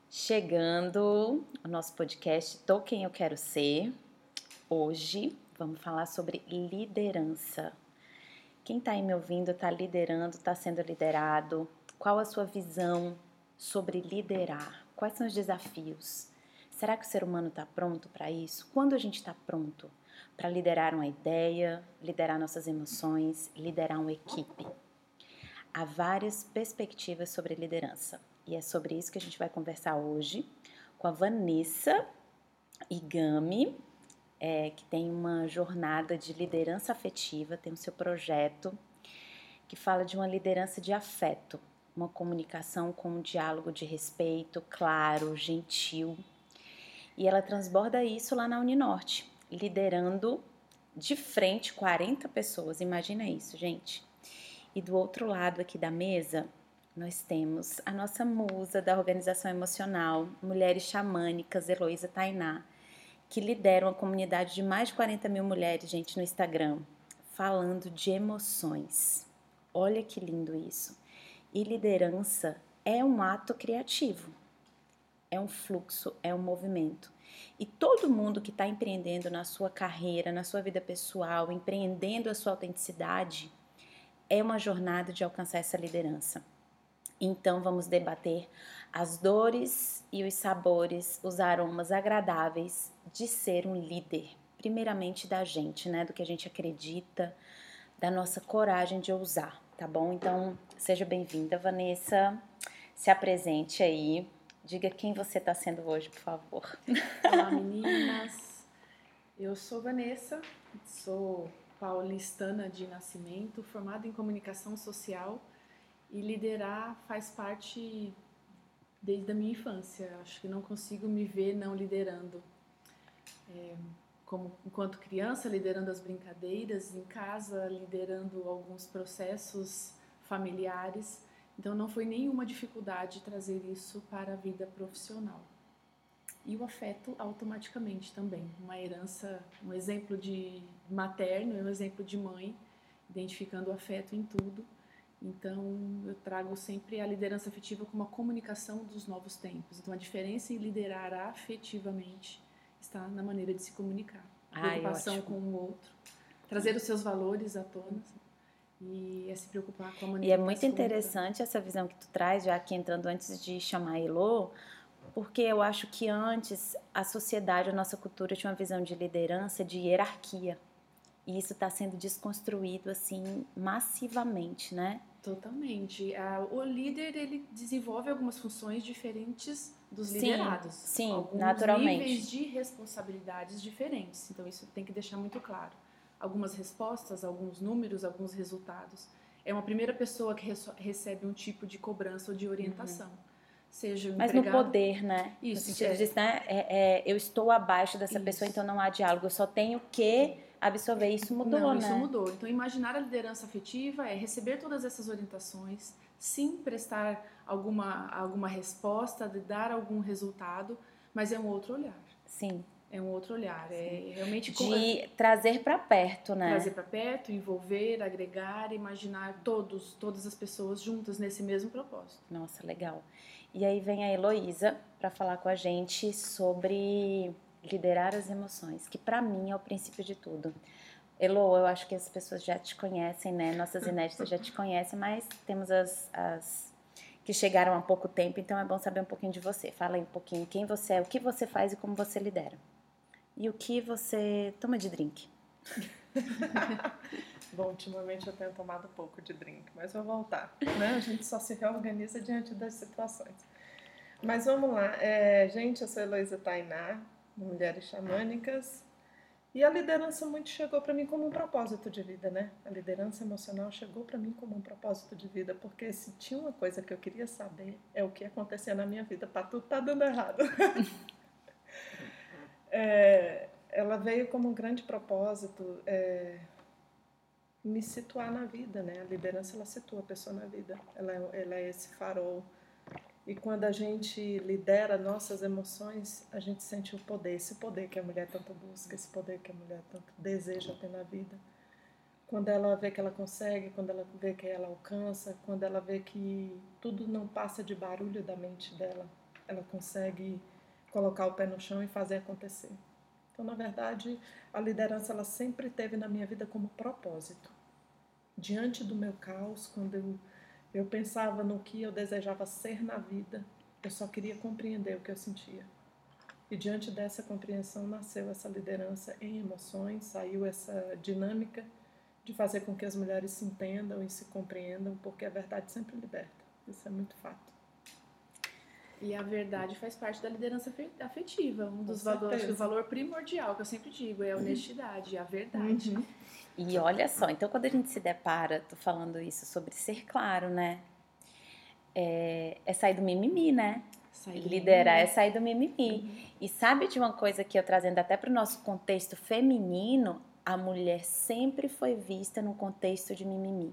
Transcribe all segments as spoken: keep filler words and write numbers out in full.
Chegando o nosso podcast Tô Quem Eu Quero Ser. Hoje vamos falar sobre liderança. Quem tá aí me ouvindo tá liderando, tá sendo liderado? Qual a sua visão sobre liderar? Quais são os desafios? Será que o ser humano está pronto para isso? Quando a gente está pronto para liderar uma ideia, liderar nossas emoções, liderar uma equipe? Há várias perspectivas sobre liderança e é sobre isso que a gente vai conversar hoje com a Vanessa Igami, é, que tem uma jornada de liderança afetiva, tem o seu projeto que fala de uma liderança de afeto, uma comunicação com um diálogo de respeito, claro, gentil. E ela transborda isso lá na Uninorte, liderando de frente quarenta pessoas, imagina isso, gente. E do outro lado aqui da mesa, nós temos a nossa musa da organização emocional, Mulheres Xamânicas, Heloísa Tainá, que lidera uma comunidade de mais de quarenta mil mulheres, gente, no Instagram, falando de emoções. Olha que lindo isso. E liderança é um ato criativo, é um fluxo, é um movimento. E todo mundo que está empreendendo na sua carreira, na sua vida pessoal, empreendendo a sua autenticidade, é uma jornada de alcançar essa liderança. Então vamos debater as dores e os sabores, os aromas agradáveis de ser um líder. Primeiramente da gente, né? Do que a gente acredita, da nossa coragem de ousar, tá bom? Então seja bem-vinda, Vanessa. Se apresente aí. Diga quem você está sendo hoje, por favor. Olá, meninas. Eu sou Vanessa, sou paulistana de nascimento, formada em comunicação social e liderar faz parte desde a minha infância. Acho que não consigo me ver não liderando. É, como enquanto criança, liderando as brincadeiras, em casa, liderando alguns processos familiares. Então não foi nenhuma dificuldade trazer isso para a vida profissional. E o afeto automaticamente também, uma herança, um exemplo de materno e um exemplo de mãe, identificando o afeto em tudo. Então eu trago sempre a liderança afetiva como uma comunicação dos novos tempos. Então a diferença em liderar afetivamente está na maneira de se comunicar, a preocupação Ai, com o outro, trazer os seus valores à tona e é se preocupar com a maneira e é de muito se comunicar. interessante essa visão que tu traz, já aqui entrando antes de chamar a Elô, porque eu acho que antes a sociedade, a nossa cultura tinha uma visão de liderança, de hierarquia. E isso está sendo desconstruído, assim, massivamente, né? Totalmente. O líder, ele desenvolve algumas funções diferentes dos Sim, liderados. sim, Alguns naturalmente. níveis de responsabilidades diferentes. Então, isso tem que deixar muito claro. Algumas respostas, alguns números, alguns resultados. É uma primeira pessoa que recebe um tipo de cobrança ou de orientação. Uhum. Seja o Mas no empregado... poder, né? Isso, no sentido é... disso, né? É, é, eu estou abaixo dessa Isso. pessoa, então não há diálogo. Eu só tenho que absorver. Isso mudou, não, né? Isso mudou. Então, imaginar a liderança afetiva é receber todas essas orientações, sim, prestar alguma, alguma resposta, de dar algum resultado, mas é um outro olhar. Sim. É um outro olhar. Sim. É realmente... De trazer para perto, né? Trazer para perto, envolver, agregar, imaginar todos, todas as pessoas juntas nesse mesmo propósito. Nossa, legal. E aí vem a Heloísa para falar com a gente sobre liderar as emoções, que para mim é o princípio de tudo. Elo, eu acho que as pessoas já te conhecem, né? Nossas inéditas já te conhecem, mas temos as, as que chegaram há pouco tempo, então é bom saber um pouquinho de você. Fala aí um pouquinho quem você é, o que você faz e como você lidera. E o que você toma de drink. Bom, ultimamente eu tenho tomado pouco de drink, mas vou voltar, né? A gente só se reorganiza diante das situações. Mas vamos lá. É, gente, eu sou Heloísa Tainá, Mulheres Xamânicas, e a liderança muito chegou para mim como um propósito de vida, né? A liderança emocional chegou para mim como um propósito de vida, porque se tinha uma coisa que eu queria saber, é o que acontecia na minha vida, para tudo tá dando errado. é, ela veio como um grande propósito... É, me situar na vida, né? A liderança, ela situa a pessoa na vida. Ela é, ela é esse farol. E quando a gente lidera nossas emoções, a gente sente o poder, esse poder que a mulher tanto busca, esse poder que a mulher tanto deseja ter na vida. Quando ela vê que ela consegue, quando ela vê que ela alcança, quando ela vê que tudo não passa de barulho da mente dela, ela consegue colocar o pé no chão e fazer acontecer. Então, na verdade, a liderança ela sempre teve na minha vida como propósito. Diante do meu caos, quando eu, eu pensava no que eu desejava ser na vida, eu só queria compreender o que eu sentia. E diante dessa compreensão nasceu essa liderança em emoções, saiu essa dinâmica de fazer com que as mulheres se entendam e se compreendam, porque a verdade sempre liberta. Isso é muito fato. E a verdade faz parte da liderança afetiva. Um dos valores, o valor primordial que eu sempre digo é a honestidade, a verdade. Uhum. E olha só, então quando a gente se depara, tô falando isso sobre ser claro, né? É, é sair do mimimi, né? Sair do Liderar mimimi. é sair do mimimi. Uhum. E sabe de uma coisa que eu trazendo até para o nosso contexto feminino, a mulher sempre foi vista no contexto de mimimi.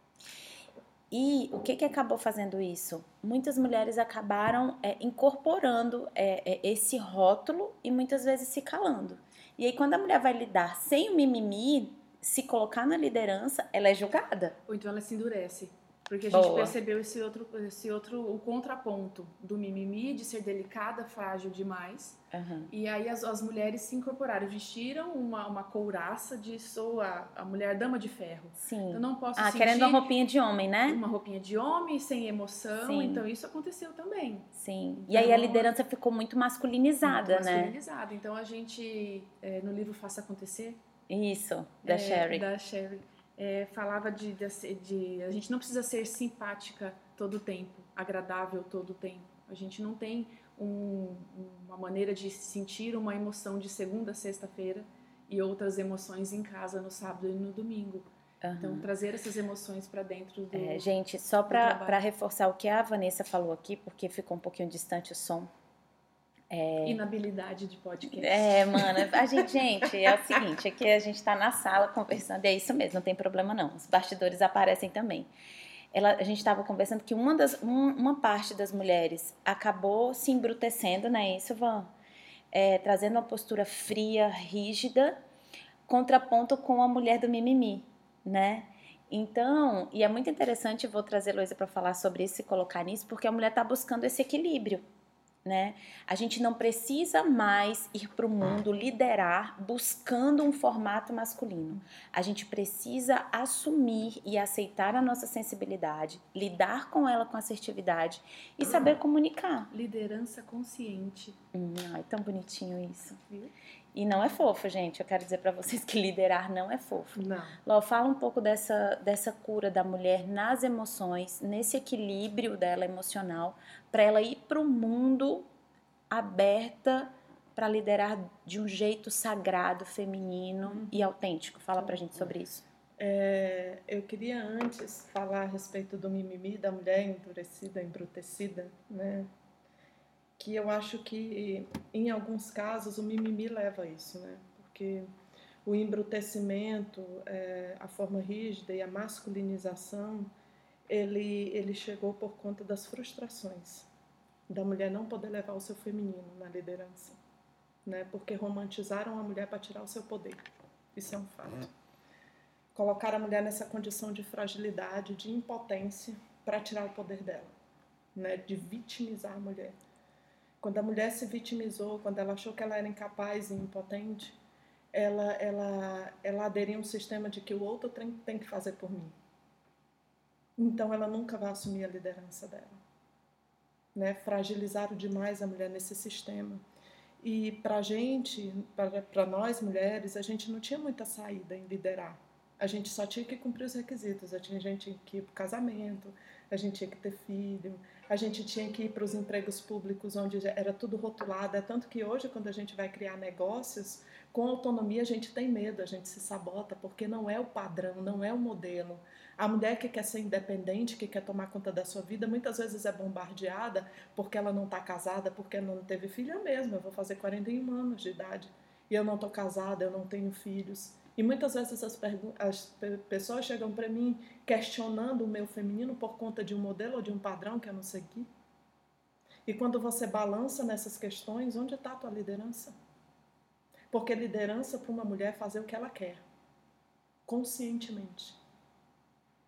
E o que que acabou fazendo isso? Muitas mulheres acabaram é, incorporando é, é, esse rótulo e muitas vezes se calando. E aí quando a mulher vai lidar sem o mimimi, se colocar na liderança, ela é julgada. Ou então ela se endurece. Porque a Boa. gente percebeu esse outro, esse outro, o contraponto do mimimi, de ser delicada, frágil demais. Uhum. E aí as, as mulheres se incorporaram, vestiram uma, uma couraça de sou a, a mulher dama de ferro. Sim. Eu não posso ah, sentir querendo uma roupinha de homem, né? Uma roupinha de homem, sem emoção. Sim. Então isso aconteceu também. Sim. Então, e aí a liderança ficou muito masculinizada, muito né? masculinizada. Então a gente, é, no livro Faça Acontecer... Isso, da é, Sherry. Da Sherry. É, falava de, de, de... A gente não precisa ser simpática todo o tempo, agradável todo o tempo. A gente não tem um, uma maneira de sentir uma emoção de segunda a sexta-feira e outras emoções em casa no sábado e no domingo. Uhum. Então, trazer essas emoções para dentro do é, Gente, só para reforçar o que a Vanessa falou aqui, porque ficou um pouquinho distante o som. É... Inabilidade de podcast. É, mano, a gente, gente, é o seguinte, aqui a gente tá na sala conversando, e é isso mesmo, não tem problema não, os bastidores aparecem também. Ela, a gente estava conversando que uma, das, um, uma parte das mulheres acabou se embrutecendo, né, isso, Van? É, trazendo uma postura fria, rígida, contraponto com a mulher do mimimi, né? Então, e é muito interessante, vou trazer a Luísa para falar sobre isso e colocar nisso, porque a mulher tá buscando esse equilíbrio. Né? A gente não precisa mais ir para o mundo liderar buscando um formato masculino. A gente precisa assumir e aceitar a nossa sensibilidade, lidar com ela com assertividade e saber comunicar. Liderança consciente. Hum, ai, tão bonitinho isso. Viu? E não é fofo, gente. Eu quero dizer para vocês que liderar não é fofo. Não. Ló, fala um pouco dessa, dessa cura da mulher nas emoções, nesse equilíbrio dela emocional, para ela ir para o mundo aberta para liderar de um jeito sagrado, feminino uhum. e autêntico. Fala pra gente sobre isso. É, eu queria antes falar a respeito do mimimi, da mulher endurecida, embrutecida, né? Que eu acho que, em alguns casos, o mimimi leva a isso, né? Porque o embrutecimento, é, a forma rígida e a masculinização, ele, ele chegou por conta das frustrações da mulher não poder levar o seu feminino na liderança, né? Porque romantizaram a mulher para tirar o seu poder. Isso é um fato. Colocar a mulher nessa condição de fragilidade, de impotência, para tirar o poder dela, né? De vitimizar a mulher. Quando a mulher se vitimizou, quando ela achou que ela era incapaz e impotente, ela, ela, ela aderiu a um sistema de que o outro tem, tem que fazer por mim. Então ela nunca vai assumir a liderança dela. Né? Fragilizaram demais a mulher nesse sistema. E para a gente, para nós mulheres, a gente não tinha muita saída em liderar. A gente só tinha que cumprir os requisitos. A gente tinha que ir para o casamento, a gente tinha que ter filho, a gente tinha que ir para os empregos públicos onde era tudo rotulado. É tanto que hoje, quando a gente vai criar negócios, com autonomia a gente tem medo, a gente se sabota, porque não é o padrão, não é o modelo. A mulher que quer ser independente, que quer tomar conta da sua vida, muitas vezes é bombardeada porque ela não está casada, porque ela não teve filho. Eu mesma, eu vou fazer quarenta e um anos de idade e eu não estou casada, eu não tenho filhos. E muitas vezes as, as pessoas chegam para mim questionando o meu feminino por conta de um modelo ou de um padrão que eu não segui. E quando você balança nessas questões, onde está a tua liderança? Porque liderança para uma mulher é fazer o que ela quer, conscientemente.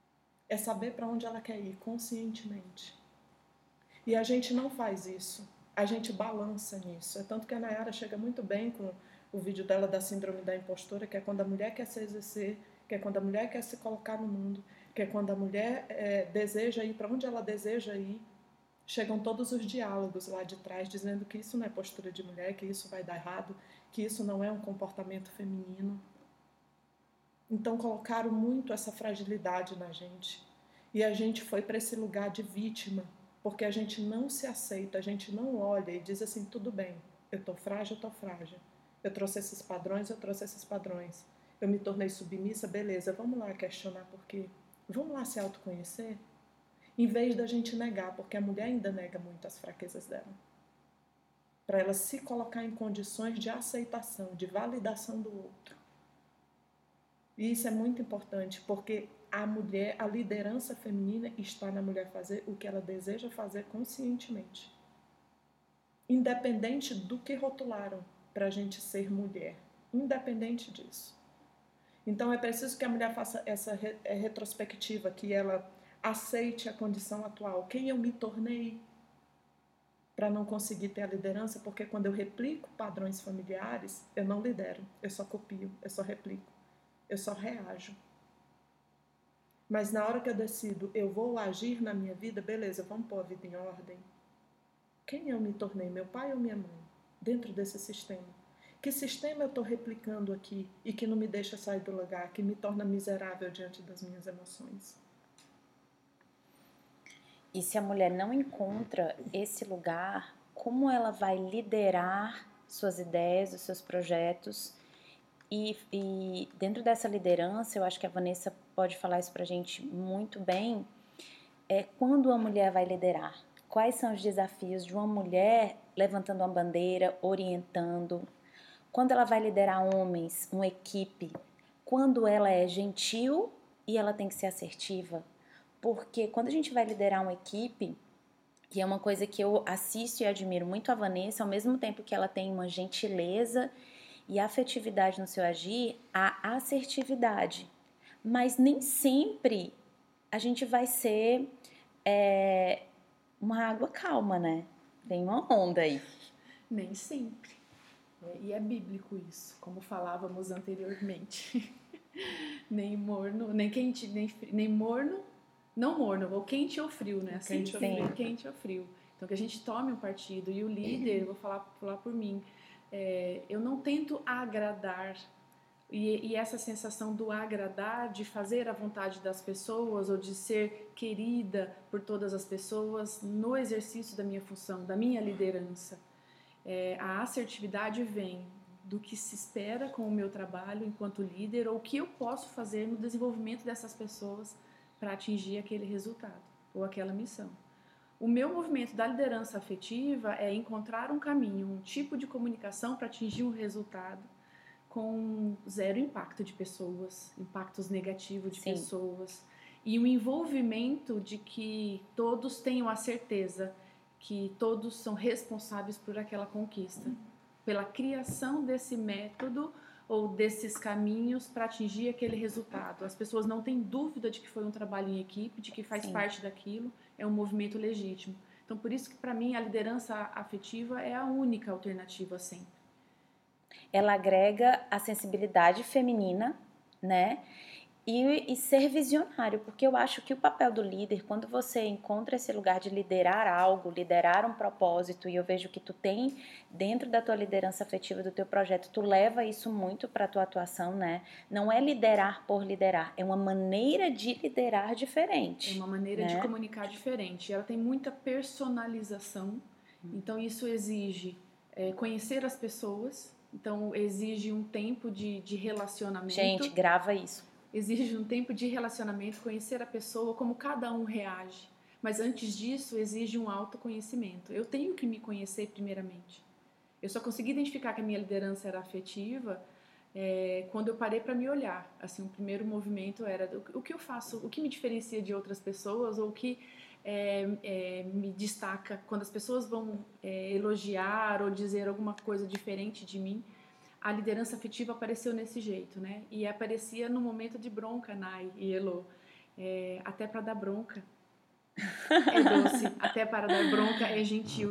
É saber para onde ela quer ir, conscientemente. E a gente não faz isso. a gente balança nisso. É tanto que a Nayara chega muito bem com o vídeo dela da síndrome da impostora, que é quando a mulher quer se exercer, que é quando a mulher quer se colocar no mundo, que é quando a mulher é, deseja ir para onde ela deseja ir. Chegam todos os diálogos lá de trás dizendo que isso não é postura de mulher, que isso vai dar errado, que isso não é um comportamento feminino. Então colocaram muito essa fragilidade na gente. E a gente foi para esse lugar de vítima, porque a gente não se aceita, a gente não olha e diz assim, tudo bem, eu estou frágil, eu estou frágil. Eu trouxe esses padrões, eu trouxe esses padrões. Eu me tornei submissa, beleza, vamos lá questionar por quê. Vamos lá se autoconhecer? Em vez da gente negar, porque a mulher ainda nega muito as fraquezas dela. Para ela se colocar em condições de aceitação, de validação do outro. E isso é muito importante, porque a mulher, a liderança feminina está na mulher fazer o que ela deseja fazer conscientemente. Independente do que rotularam para a gente ser mulher. Independente disso. Então é preciso que a mulher faça essa retrospectiva, que ela aceite a condição atual. Quem eu me tornei para não conseguir ter a liderança? Porque quando eu replico padrões familiares, eu não lidero, eu só copio, eu só replico, eu só reajo. Mas na hora que eu decido, eu vou agir na minha vida, beleza, vamos pôr a vida em ordem. Quem eu me tornei, meu pai ou minha mãe, dentro desse sistema? Que sistema eu estou replicando aqui e que não me deixa sair do lugar, que me torna miserável diante das minhas emoções? E se a mulher não encontra esse lugar, como ela vai liderar suas ideias, os seus projetos? E, e dentro dessa liderança, eu acho que a Vanessa pode falar isso pra gente muito bem, é quando a mulher vai liderar. Quais são os desafios de uma mulher levantando uma bandeira, orientando? Quando ela vai liderar homens, uma equipe? Quando ela é gentil e ela tem que ser assertiva? Porque quando a gente vai liderar uma equipe, que é uma coisa que eu assisto e admiro muito a Vanessa, ao mesmo tempo que ela tem uma gentileza e afetividade no seu agir, a assertividade. Mas nem sempre a gente vai ser é, uma água calma, né? Tem uma onda aí. Nem sempre. É, e é bíblico isso, como falávamos anteriormente. Nem morno, nem quente, nem, frio, nem morno, não morno, ou quente ou frio, né? Assim, Quente ou frio, quente ou frio. Então que a gente tome um partido. E o líder, eu vou falar, falar por mim, é, eu não tento agradar. E, e essa sensação do agradar, de fazer a vontade das pessoas ou de ser querida por todas as pessoas no exercício da minha função, da minha liderança. É, a assertividade vem do que se espera com o meu trabalho enquanto líder ou o que eu posso fazer no desenvolvimento dessas pessoas para atingir aquele resultado ou aquela missão. O meu movimento da liderança afetiva é encontrar um caminho, um tipo de comunicação para atingir um resultado com zero impacto de pessoas, impactos negativos de Sim. pessoas e o envolvimento de que todos tenham a certeza que todos são responsáveis por aquela conquista, uhum. pela criação desse método ou desses caminhos para atingir aquele resultado. As pessoas não têm dúvida de que foi um trabalho em equipe, de que faz Sim. parte daquilo, é um movimento legítimo. Então, por isso que para mim a liderança afetiva é a única alternativa sempre. Ela agrega a sensibilidade feminina, né? E, e ser visionário, porque eu acho que o papel do líder, quando você encontra esse lugar de liderar algo, liderar um propósito, e eu vejo que tu tem dentro da tua liderança afetiva do teu projeto, tu leva isso muito para a tua atuação, né? Não é liderar por liderar, é uma maneira de liderar diferente. É uma maneira né? de comunicar diferente. Ela tem muita personalização, hum. então isso exige é, conhecer as pessoas, então exige um tempo de, de relacionamento. Gente, grava isso. Exige um tempo de relacionamento, conhecer a pessoa, como cada um reage. Mas antes disso, exige um autoconhecimento. Eu tenho que me conhecer primeiramente. Eu só consegui identificar que a minha liderança era afetiva é, quando eu parei para me olhar. Assim, o primeiro movimento era o que eu faço, o que me diferencia de outras pessoas, ou o que é, é, me destaca quando as pessoas vão é, elogiar ou dizer alguma coisa diferente de mim. A liderança afetiva apareceu nesse jeito, né? E aparecia no momento de bronca, Nai e Elo. É, até para dar bronca é doce, até para dar bronca é gentil.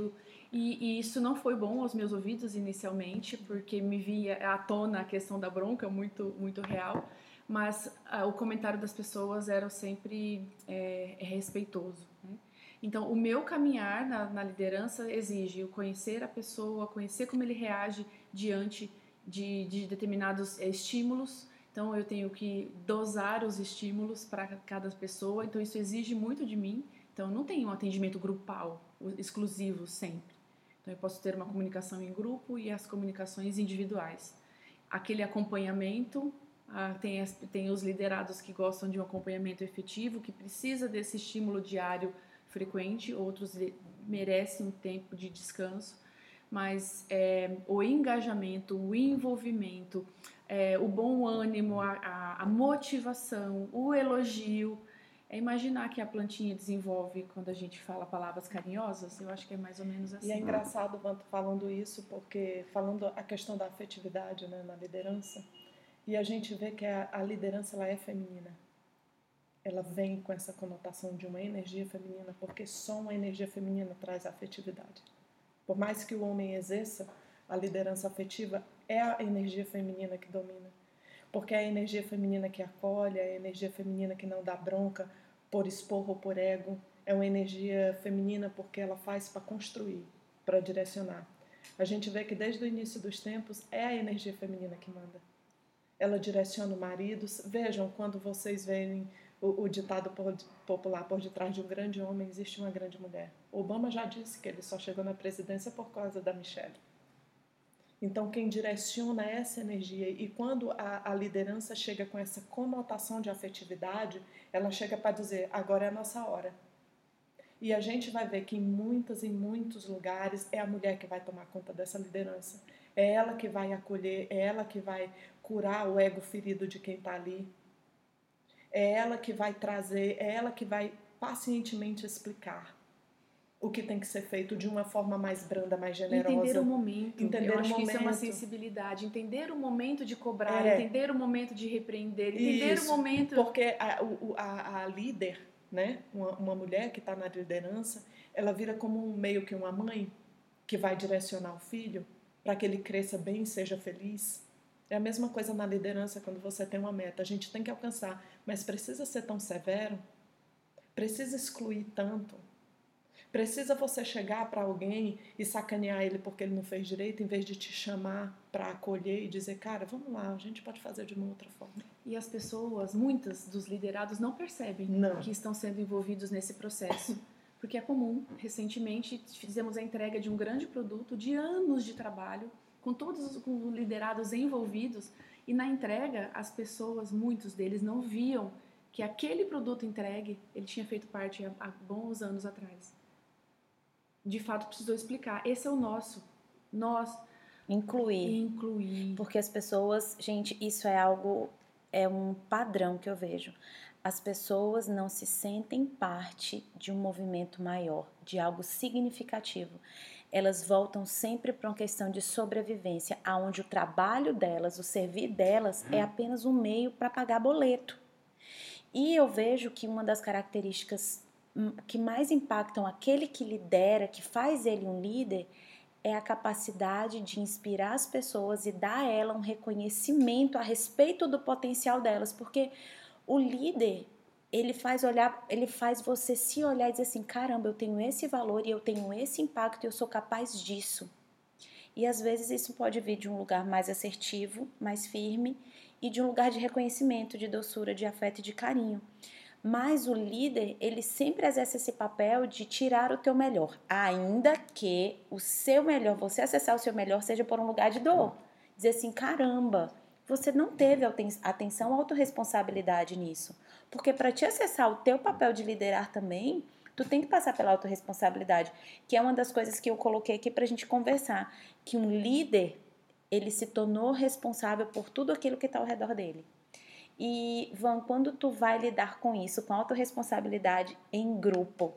E, e isso não foi bom aos meus ouvidos inicialmente, porque me via à tona a questão da bronca, muito, muito real. Mas ah, o comentário das pessoas era sempre é, é respeitoso, né? Então, o meu caminhar na, na liderança exige eu conhecer a pessoa, conhecer como ele reage diante de, de determinados é, estímulos. Então, eu tenho que dosar os estímulos para cada pessoa. Então, isso exige muito de mim. Então, eu não tenho um atendimento grupal, exclusivo, sempre. Então, eu posso ter uma comunicação em grupo e as comunicações individuais. Aquele acompanhamento, ah, tem, as, tem os liderados que gostam de um acompanhamento efetivo, que precisa desse estímulo diário frequente, outros merecem um tempo de descanso, mas é, o engajamento, o envolvimento, é, o bom ânimo, a, a, a motivação, o elogio, é imaginar que a plantinha desenvolve quando a gente fala palavras carinhosas. Eu acho que é mais ou menos assim. E é engraçado, Vanto, falando isso, porque falando a questão da afetividade, né, na liderança, e a gente vê que a, a liderança ela é feminina. Ela vem com essa conotação de uma energia feminina, porque só uma energia feminina traz afetividade. Por mais que o homem exerça a liderança afetiva, é a energia feminina que domina. Porque é a energia feminina que acolhe, é a energia feminina que não dá bronca por expor ou por ego. É uma energia feminina porque ela faz para construir, para direcionar. A gente vê que desde o início dos tempos é a energia feminina que manda. Ela direciona maridos. Vejam, quando vocês veem o, o ditado popular, por detrás de um grande homem existe uma grande mulher. Obama já disse que ele só chegou na presidência por causa da Michelle. Então, quem direciona essa energia, e quando a, a liderança chega com essa conotação de afetividade, ela chega para dizer, agora é a nossa hora. E a gente vai ver que em muitos e muitos lugares é a mulher que vai tomar conta dessa liderança. É ela que vai acolher, é ela que vai curar o ego ferido de quem está ali. É ela que vai trazer, é ela que vai pacientemente explicar o que tem que ser feito de uma forma mais branda, mais generosa. Entender o momento. Entender Eu acho o que momento. isso é uma sensibilidade. Entender o momento de cobrar, É. entender o momento de repreender, entender Isso, o momento... Porque a, o- a, a líder, né, uma, uma mulher que está na liderança, ela vira como um, meio que uma mãe que vai direcionar o filho para que ele cresça bem e seja feliz. É a mesma coisa na liderança quando você tem uma meta. A gente tem que alcançar, mas precisa ser tão severo? Precisa excluir tanto? Precisa você chegar para alguém e sacanear ele porque ele não fez direito, em vez de te chamar para acolher e dizer, cara, vamos lá, a gente pode fazer de uma outra forma. E as pessoas, muitas dos liderados, não percebem Não. que estão sendo envolvidos nesse processo. Porque é comum. Recentemente, fizemos a entrega de um grande produto de anos de trabalho, com todos os com liderados envolvidos, e na entrega, as pessoas, muitos deles, não viam que aquele produto entregue, ele tinha feito parte há, há bons anos atrás. De fato, precisou explicar. Esse é o nosso. Nós... Incluir. Incluir. Porque as pessoas... Gente, isso é algo... É um padrão que eu vejo. As pessoas não se sentem parte de um movimento maior, de algo significativo. Elas voltam sempre para uma questão de sobrevivência, onde o trabalho delas, o servir delas, é apenas um meio para pagar boleto. E eu vejo que uma das características que mais impactam aquele que lidera, que faz ele um líder, é a capacidade de inspirar as pessoas e dar a ela um reconhecimento a respeito do potencial delas, porque o líder, ele faz olhar, ele faz você se olhar e dizer assim, caramba, eu tenho esse valor e eu tenho esse impacto e eu sou capaz disso. E às vezes isso pode vir de um lugar mais assertivo, mais firme e de um lugar de reconhecimento, de doçura, de afeto e de carinho. Mas o líder, ele sempre exerce esse papel de tirar o teu melhor, ainda que o seu melhor, você acessar o seu melhor, seja por um lugar de dor. Dizer assim, caramba, você não teve atenção, autorresponsabilidade nisso. Porque para te acessar o teu papel de liderar também, tu tem que passar pela autorresponsabilidade, que é uma das coisas que eu coloquei aqui pra gente conversar, que um líder, ele se tornou responsável por tudo aquilo que está ao redor dele. E, Van, quando tu vai lidar com isso, com autorresponsabilidade em grupo,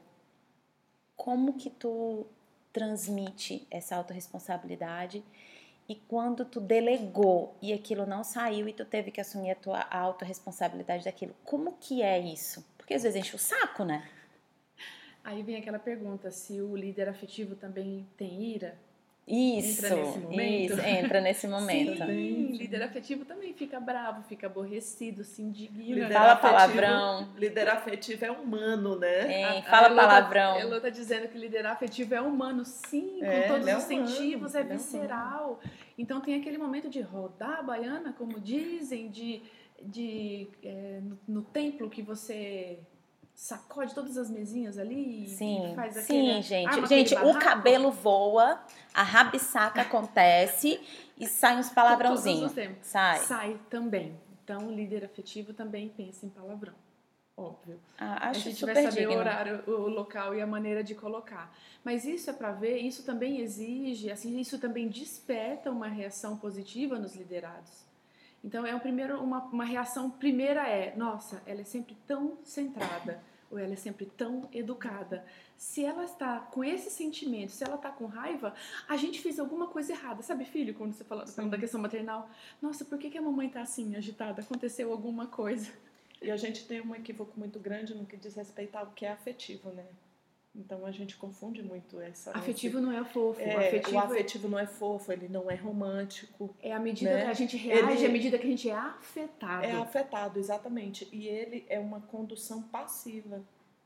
como que tu transmite essa autorresponsabilidade? E quando tu delegou e aquilo não saiu e tu teve que assumir a tua autorresponsabilidade daquilo, como que é isso? Porque às vezes enche o saco, né? Aí vem aquela pergunta, se o líder afetivo também tem ira? Isso, entra nesse momento? Isso, entra nesse momento. Sim, líder afetivo também fica bravo, fica aborrecido, se indigna. Líder Fala afetivo, palavrão. Líder afetivo é humano, né? É, fala a Elô palavrão. Tá, Elô tá dizendo que liderar afetivo é humano, sim, É, com todos é os humano, incentivos, é ele é visceral. Então tem aquele momento de rodar a baiana, como dizem, de, de é, no, no templo que você sacode todas as mesinhas ali Sim, e faz sim, aquele, gente. arma Gente, aquele o barraco. cabelo voa, a rabisaca acontece e sai uns Todos palavrãozinhos. os tempos. Sai. Sai também. Então, o líder afetivo também pensa em palavrão. Óbvio. Ah, acho a gente super vai saber digno. o horário, o local e a maneira de colocar. Mas isso é para ver, isso também exige, assim, isso também desperta uma reação positiva nos liderados. Então, é um primeiro, uma, uma reação primeira é, nossa, ela é sempre tão centrada, ou ela é sempre tão educada. Se ela está com esse sentimento, se ela está com raiva, a gente fez alguma coisa errada. Sabe, filho, quando você fala da questão maternal? Nossa, por que, que a mamãe está assim, agitada? Aconteceu alguma coisa. E a gente tem um equívoco muito grande no que diz respeito ao que é afetivo, né? Então a gente confunde muito essa... Afetivo esse... não é fofo. É, afetivo o afetivo não é fofo, ele não é romântico. É a medida né? que a gente reage, ele... é a medida que a gente é afetado. É afetado, exatamente. E ele é uma condução passiva.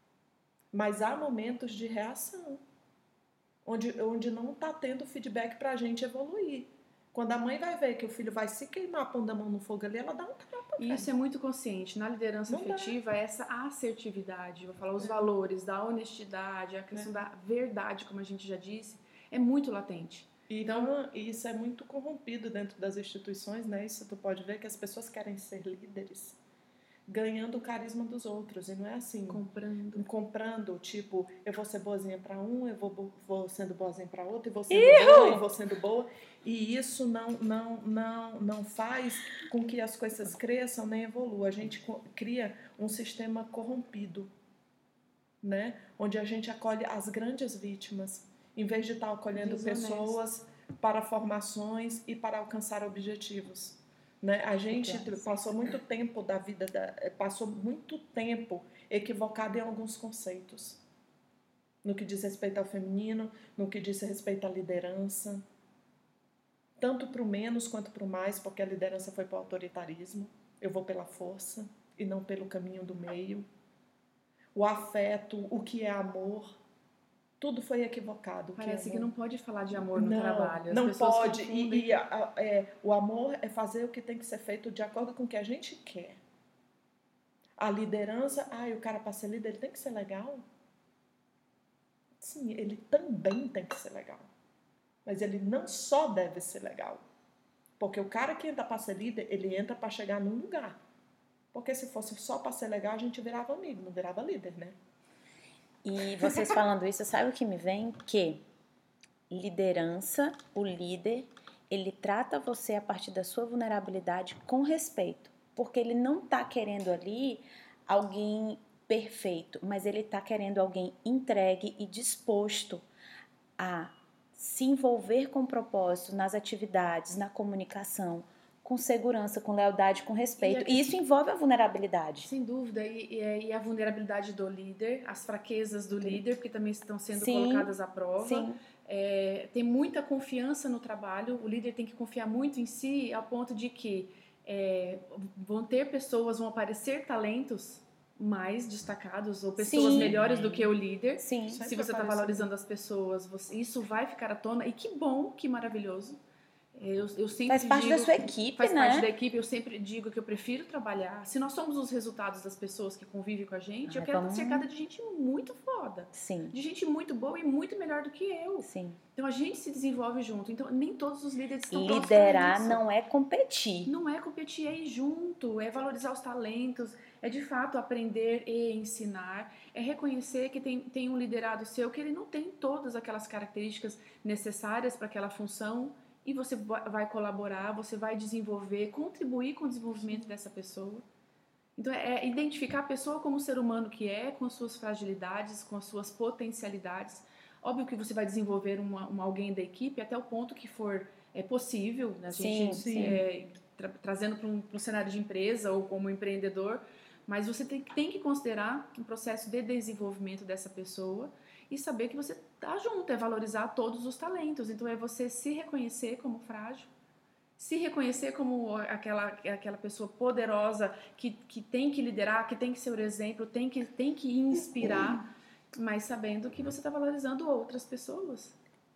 Mas há momentos de reação, onde, onde não está tendo feedback para a gente evoluir. Quando a mãe vai ver que o filho vai se queimar pondo a mão no fogo ali, ela dá um tapa. E isso é muito consciente. Na liderança não afetiva, é essa assertividade, vou falar os é. valores, da honestidade, a questão é. da verdade, como a gente já disse, é muito latente. Então, isso é muito corrompido dentro das instituições, né? Isso tu pode ver que as pessoas querem ser líderes ganhando o carisma dos outros, e não é assim. Comprando. Comprando, tipo, eu vou ser boazinha para um, eu vou, vou sendo boazinha para outro, e vou sendo Ihu! boa, e vou sendo boa. E isso não, não, não, não faz com que as coisas cresçam nem evoluam. A gente cria um sistema corrompido, né? Onde a gente acolhe as grandes vítimas, em vez de estar acolhendo pessoas para formações e para alcançar objetivos. Né? A gente passou muito tempo da vida, da, passou muito tempo equivocado em alguns conceitos. No que diz respeito ao feminino, no que diz respeito à liderança. Tanto para o menos quanto para o mais, porque a liderança foi para o autoritarismo. Eu vou pela força e não pelo caminho do meio. O afeto, o que é amor, tudo foi equivocado. Parece que, que não pode falar de amor no não, trabalho. As não pode. Confundem. E, e a, a, é, o amor é fazer o que tem que ser feito de acordo com o que a gente quer. A liderança, ah, o cara para ser líder, ele tem que ser legal? Sim, ele também tem que ser legal. Mas ele não só deve ser legal. Porque o cara que entra para ser líder, ele entra para chegar num lugar. Porque se fosse só para ser legal, a gente virava amigo, não virava líder, né? E vocês falando isso, sabe o que me vem? Que liderança, o líder, ele trata você a partir da sua vulnerabilidade com respeito. Porque ele não está querendo ali alguém perfeito, mas ele está querendo alguém entregue e disposto a se envolver com propósito nas atividades, na comunicação, com segurança, com lealdade, com respeito. E, e isso envolve a vulnerabilidade. Sem dúvida. E, e, e a vulnerabilidade do líder, as fraquezas do líder, porque também estão sendo sim, colocadas à prova. Sim. É, tem muita confiança no trabalho. O líder tem que confiar muito em si, ao ponto de que é, vão ter pessoas, vão aparecer talentos mais destacados ou pessoas sim. melhores do que o líder. Sim. Se você está valorizando as pessoas, você, isso vai ficar à tona. E que bom, que maravilhoso. Eu, eu sempre faz parte digo, da sua equipe, faz né? Faz parte da equipe. Eu sempre digo que eu prefiro trabalhar. Se nós somos os resultados das pessoas que convivem com a gente, Ai, eu quero vamos... estar cercada de gente muito foda. Sim. De gente muito boa e muito melhor do que eu. Sim. Então a gente se desenvolve junto. Então nem todos os líderes estão Liderar não é competir. Não é competir, é ir junto, é valorizar os talentos, é de fato aprender e ensinar, é reconhecer que tem, tem um liderado seu que ele não tem todas aquelas características necessárias para aquela função. E você vai colaborar, você vai desenvolver, contribuir com o desenvolvimento dessa pessoa. Então, é identificar a pessoa como ser humano que é, com as suas fragilidades, com as suas potencialidades. Óbvio que você vai desenvolver uma, uma alguém da equipe até o ponto que for é, possível, né? A gente, sim, sim. É, tra- trazendo para um, para um cenário de empresa ou como empreendedor, Mas você tem, tem que considerar um processo de desenvolvimento dessa pessoa e saber que você tá junto, é valorizar todos os talentos. Então é você se reconhecer como frágil, se reconhecer como aquela, aquela pessoa poderosa que, que tem que liderar, que tem que ser o exemplo, tem que, tem que inspirar, mas sabendo que você está valorizando outras pessoas.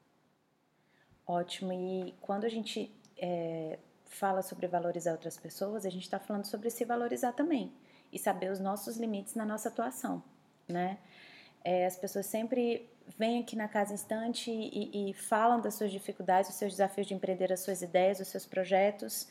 Ótimo. E quando a gente é, fala sobre valorizar outras pessoas, a gente está falando sobre se valorizar também e saber os nossos limites na nossa atuação, né? É, as pessoas sempre vêm aqui na Casa Instante e, e falam das suas dificuldades, dos seus desafios de empreender as suas ideias, os seus projetos,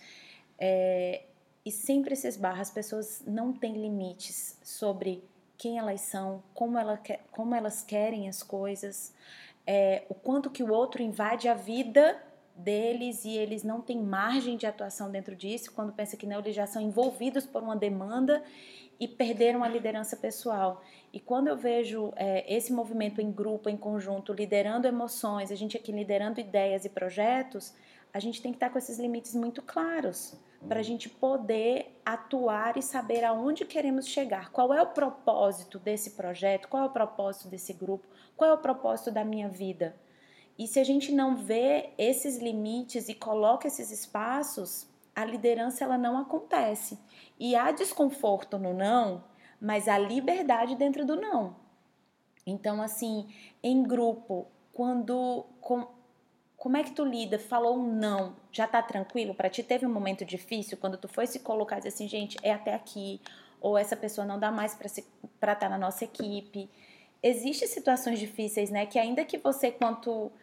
é, e sempre se esbarra. As pessoas não têm limites sobre quem elas são, como, ela quer, como elas querem as coisas, é, o quanto que o outro invade a vida deles e eles não têm margem de atuação dentro disso. Quando pensa que não, eles já são envolvidos por uma demanda e perderam a liderança pessoal. E quando eu vejo é, esse movimento em grupo, em conjunto, liderando emoções, a gente aqui liderando ideias e projetos, a gente tem que estar com esses limites muito claros para a gente poder atuar e saber aonde queremos chegar. Qual é o propósito desse projeto? Qual é o propósito desse grupo? Qual é o propósito da minha vida? E se a gente não vê esses limites e coloca esses espaços, a liderança ela não acontece. E há desconforto no não, mas há liberdade dentro do não. Então, assim, em grupo, quando... Com, como é que tu lida? Falou um não, já tá tranquilo? Pra ti teve um momento difícil quando tu foi se colocar e dizer assim, gente, é até aqui, ou essa pessoa não dá mais pra estar tá na nossa equipe. Existem situações difíceis, né? Que ainda que você, quanto,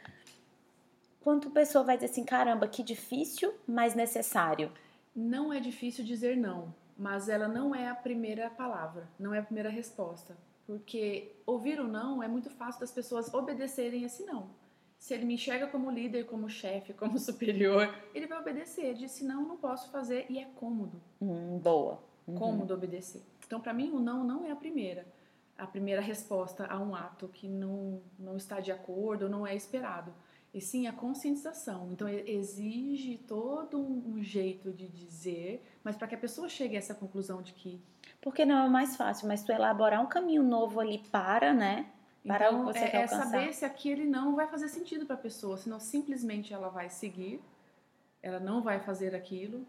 quanto pessoa vai dizer assim, caramba, que difícil, mas necessário. Não é difícil dizer não, mas ela não é a primeira palavra, não é a primeira resposta. Porque ouvir o não é muito fácil das pessoas obedecerem esse não. Se ele me enxerga como líder, como chefe, como superior, ele vai obedecer. Ele diz, não, não posso fazer, e é cômodo. Hum, boa. Uhum. Cômodo obedecer. Então, para mim, o não não é a primeira. A primeira resposta a um ato que não, não está de acordo ou não é esperado. E sim a conscientização. Então, exige todo um jeito de dizer, mas para que a pessoa chegue a essa conclusão de que... Porque não é o mais fácil, mas tu elaborar um caminho novo ali para, né? Para então, o que você é, quer é alcançar. saber se aquele não vai fazer sentido para a pessoa, senão simplesmente ela vai seguir, ela não vai fazer aquilo,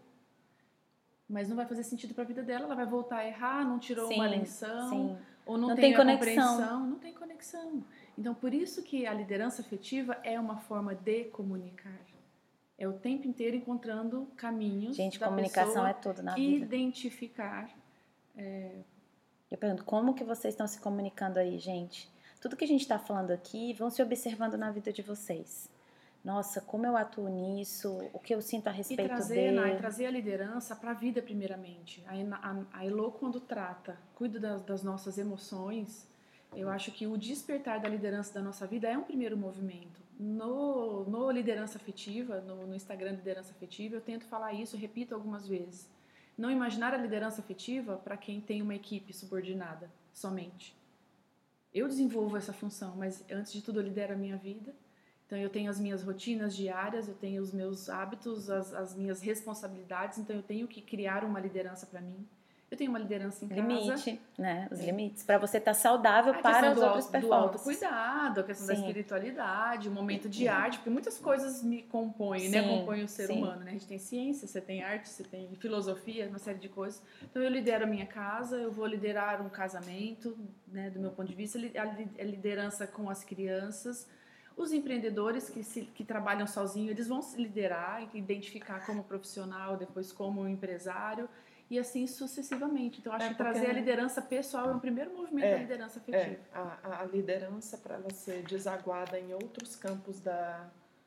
mas não vai fazer sentido para a vida dela, ela vai voltar a errar, não tirou sim, uma lição, sim. ou não, não tem, tem a conexão. compreensão, não tem conexão. Então, por isso que a liderança afetiva é uma forma de comunicar. É o tempo inteiro encontrando caminhos Gente, da comunicação pessoa é tudo na vida. Identificar. É... Eu pergunto, como que vocês estão se comunicando aí, gente? Tudo que a gente está falando aqui, vão se observando na vida de vocês. Nossa, como eu atuo nisso, o que eu sinto a respeito e trazer, dele. Nai, trazer a liderança para a vida primeiramente. A, a, a Elo, quando trata, cuida das, das nossas emoções, eu acho que o despertar da liderança da nossa vida é um primeiro movimento. No, no Liderança Afetiva, no, no Instagram Liderança Afetiva, eu tento falar isso, repito algumas vezes. Não imaginar a liderança afetiva para quem tem uma equipe subordinada, somente. Eu desenvolvo essa função, mas antes de tudo eu lidero a minha vida. Então eu tenho as minhas rotinas diárias, eu tenho os meus hábitos, as, as minhas responsabilidades, então eu tenho que criar uma liderança para mim. Eu tenho uma liderança em casa. Limite, né? Os é. limites. Para você estar saudável a para as do outras auto, performances. Do autocuidado, a questão Sim. da espiritualidade, o momento de arte, porque muitas coisas me compõem, Sim. né? Compõem o ser Sim. humano, né? A gente tem ciência, você tem arte, você tem filosofia, uma série de coisas. Então eu lidero a minha casa, eu vou liderar um casamento, né? Do meu ponto de vista, a liderança com as crianças. Os empreendedores que, se, que trabalham sozinhos, eles vão se liderar e identificar como profissional, depois como empresário, e assim sucessivamente. Então, acho é que trazer a liderança pessoal é um primeiro movimento é, da liderança afetiva. É, a, a liderança, para ela ser desaguada em outros campos da,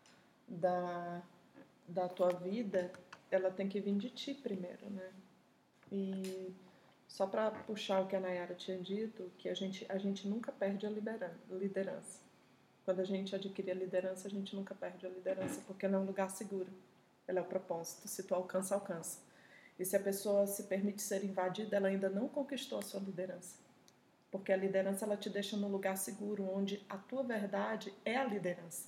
da, da tua vida, ela tem que vir de ti primeiro, né? E só para puxar o que a Nayara tinha dito, que a gente, a gente nunca perde a liderança. Quando a gente adquire a liderança, a gente nunca perde a liderança, porque ela é um lugar seguro. Ela é o propósito. Se tu alcança, alcança. E se a pessoa se permite ser invadida, ela ainda não conquistou a sua liderança. Porque a liderança, ela te deixa num lugar seguro, onde a tua verdade é a liderança.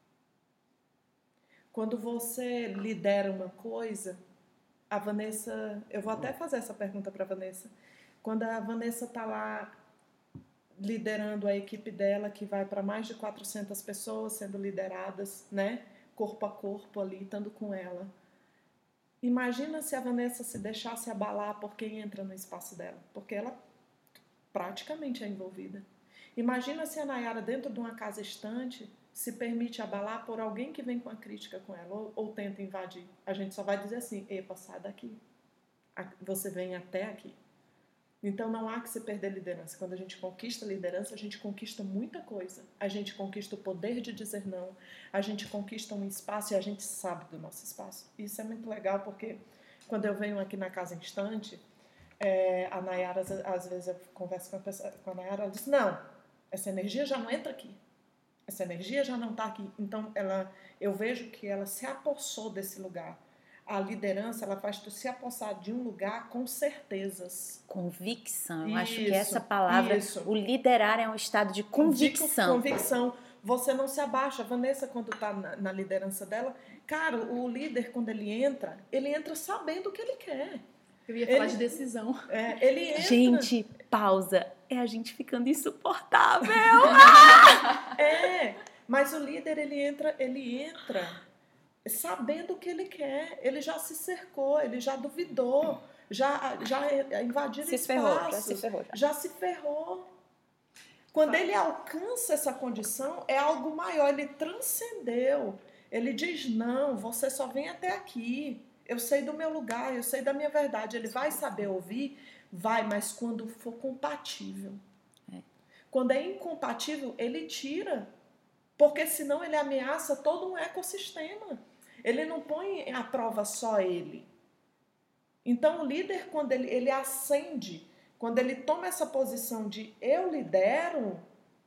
Quando você lidera uma coisa, a Vanessa... Eu vou até fazer essa pergunta para a Vanessa. Quando a Vanessa está lá liderando a equipe dela, que vai para mais de quatrocentas pessoas sendo lideradas, né? Corpo a corpo ali, estando com ela. Imagina se a Vanessa se deixasse abalar por quem entra no espaço dela, porque ela praticamente é envolvida. Imagina se a Nayara, dentro de uma casa estante, se permite abalar por alguém que vem com a crítica com ela, ou, ou tenta invadir. A gente só vai dizer assim, epa, sai daqui. Você vem até aqui. Então não há que se perder liderança. Quando a gente conquista a liderança, a gente conquista muita coisa. A gente conquista o poder de dizer não, a gente conquista um espaço e a gente sabe do nosso espaço. Isso é muito legal porque quando eu venho aqui na Casa Instante, é, a Nayara, às vezes eu converso com a, pessoa, com a Nayara, ela diz, não, essa energia já não entra aqui. Essa energia já não está aqui. Então ela, eu vejo que ela se apossou desse lugar. A liderança, ela faz tu se apossar de um lugar com certezas. Convicção, eu isso, acho que essa palavra, isso. O liderar é um estado de convicção. De convicção. Você não se abaixa. A Vanessa, quando está na, na liderança dela, cara, o líder, quando ele entra, ele entra sabendo o que ele quer. Eu ia falar ele, de decisão. É, ele entra... Gente, pausa. É a gente ficando insuportável. É, mas o líder, ele entra, ele entra... sabendo o que ele quer, ele já se cercou, ele já duvidou, já, já invadiu se espaços, ferrou, já se ferrou. Já. já se ferrou. Quando ele alcança essa condição, é algo maior, ele transcendeu. Ele diz, não, você só vem até aqui, eu sei do meu lugar, eu sei da minha verdade. Ele vai saber ouvir? Vai, mas quando for compatível. É. Quando é incompatível, ele tira, porque senão ele ameaça todo um ecossistema. Ele não põe à prova só ele. Então, o líder, quando ele, ele ascende, quando ele toma essa posição de eu lidero,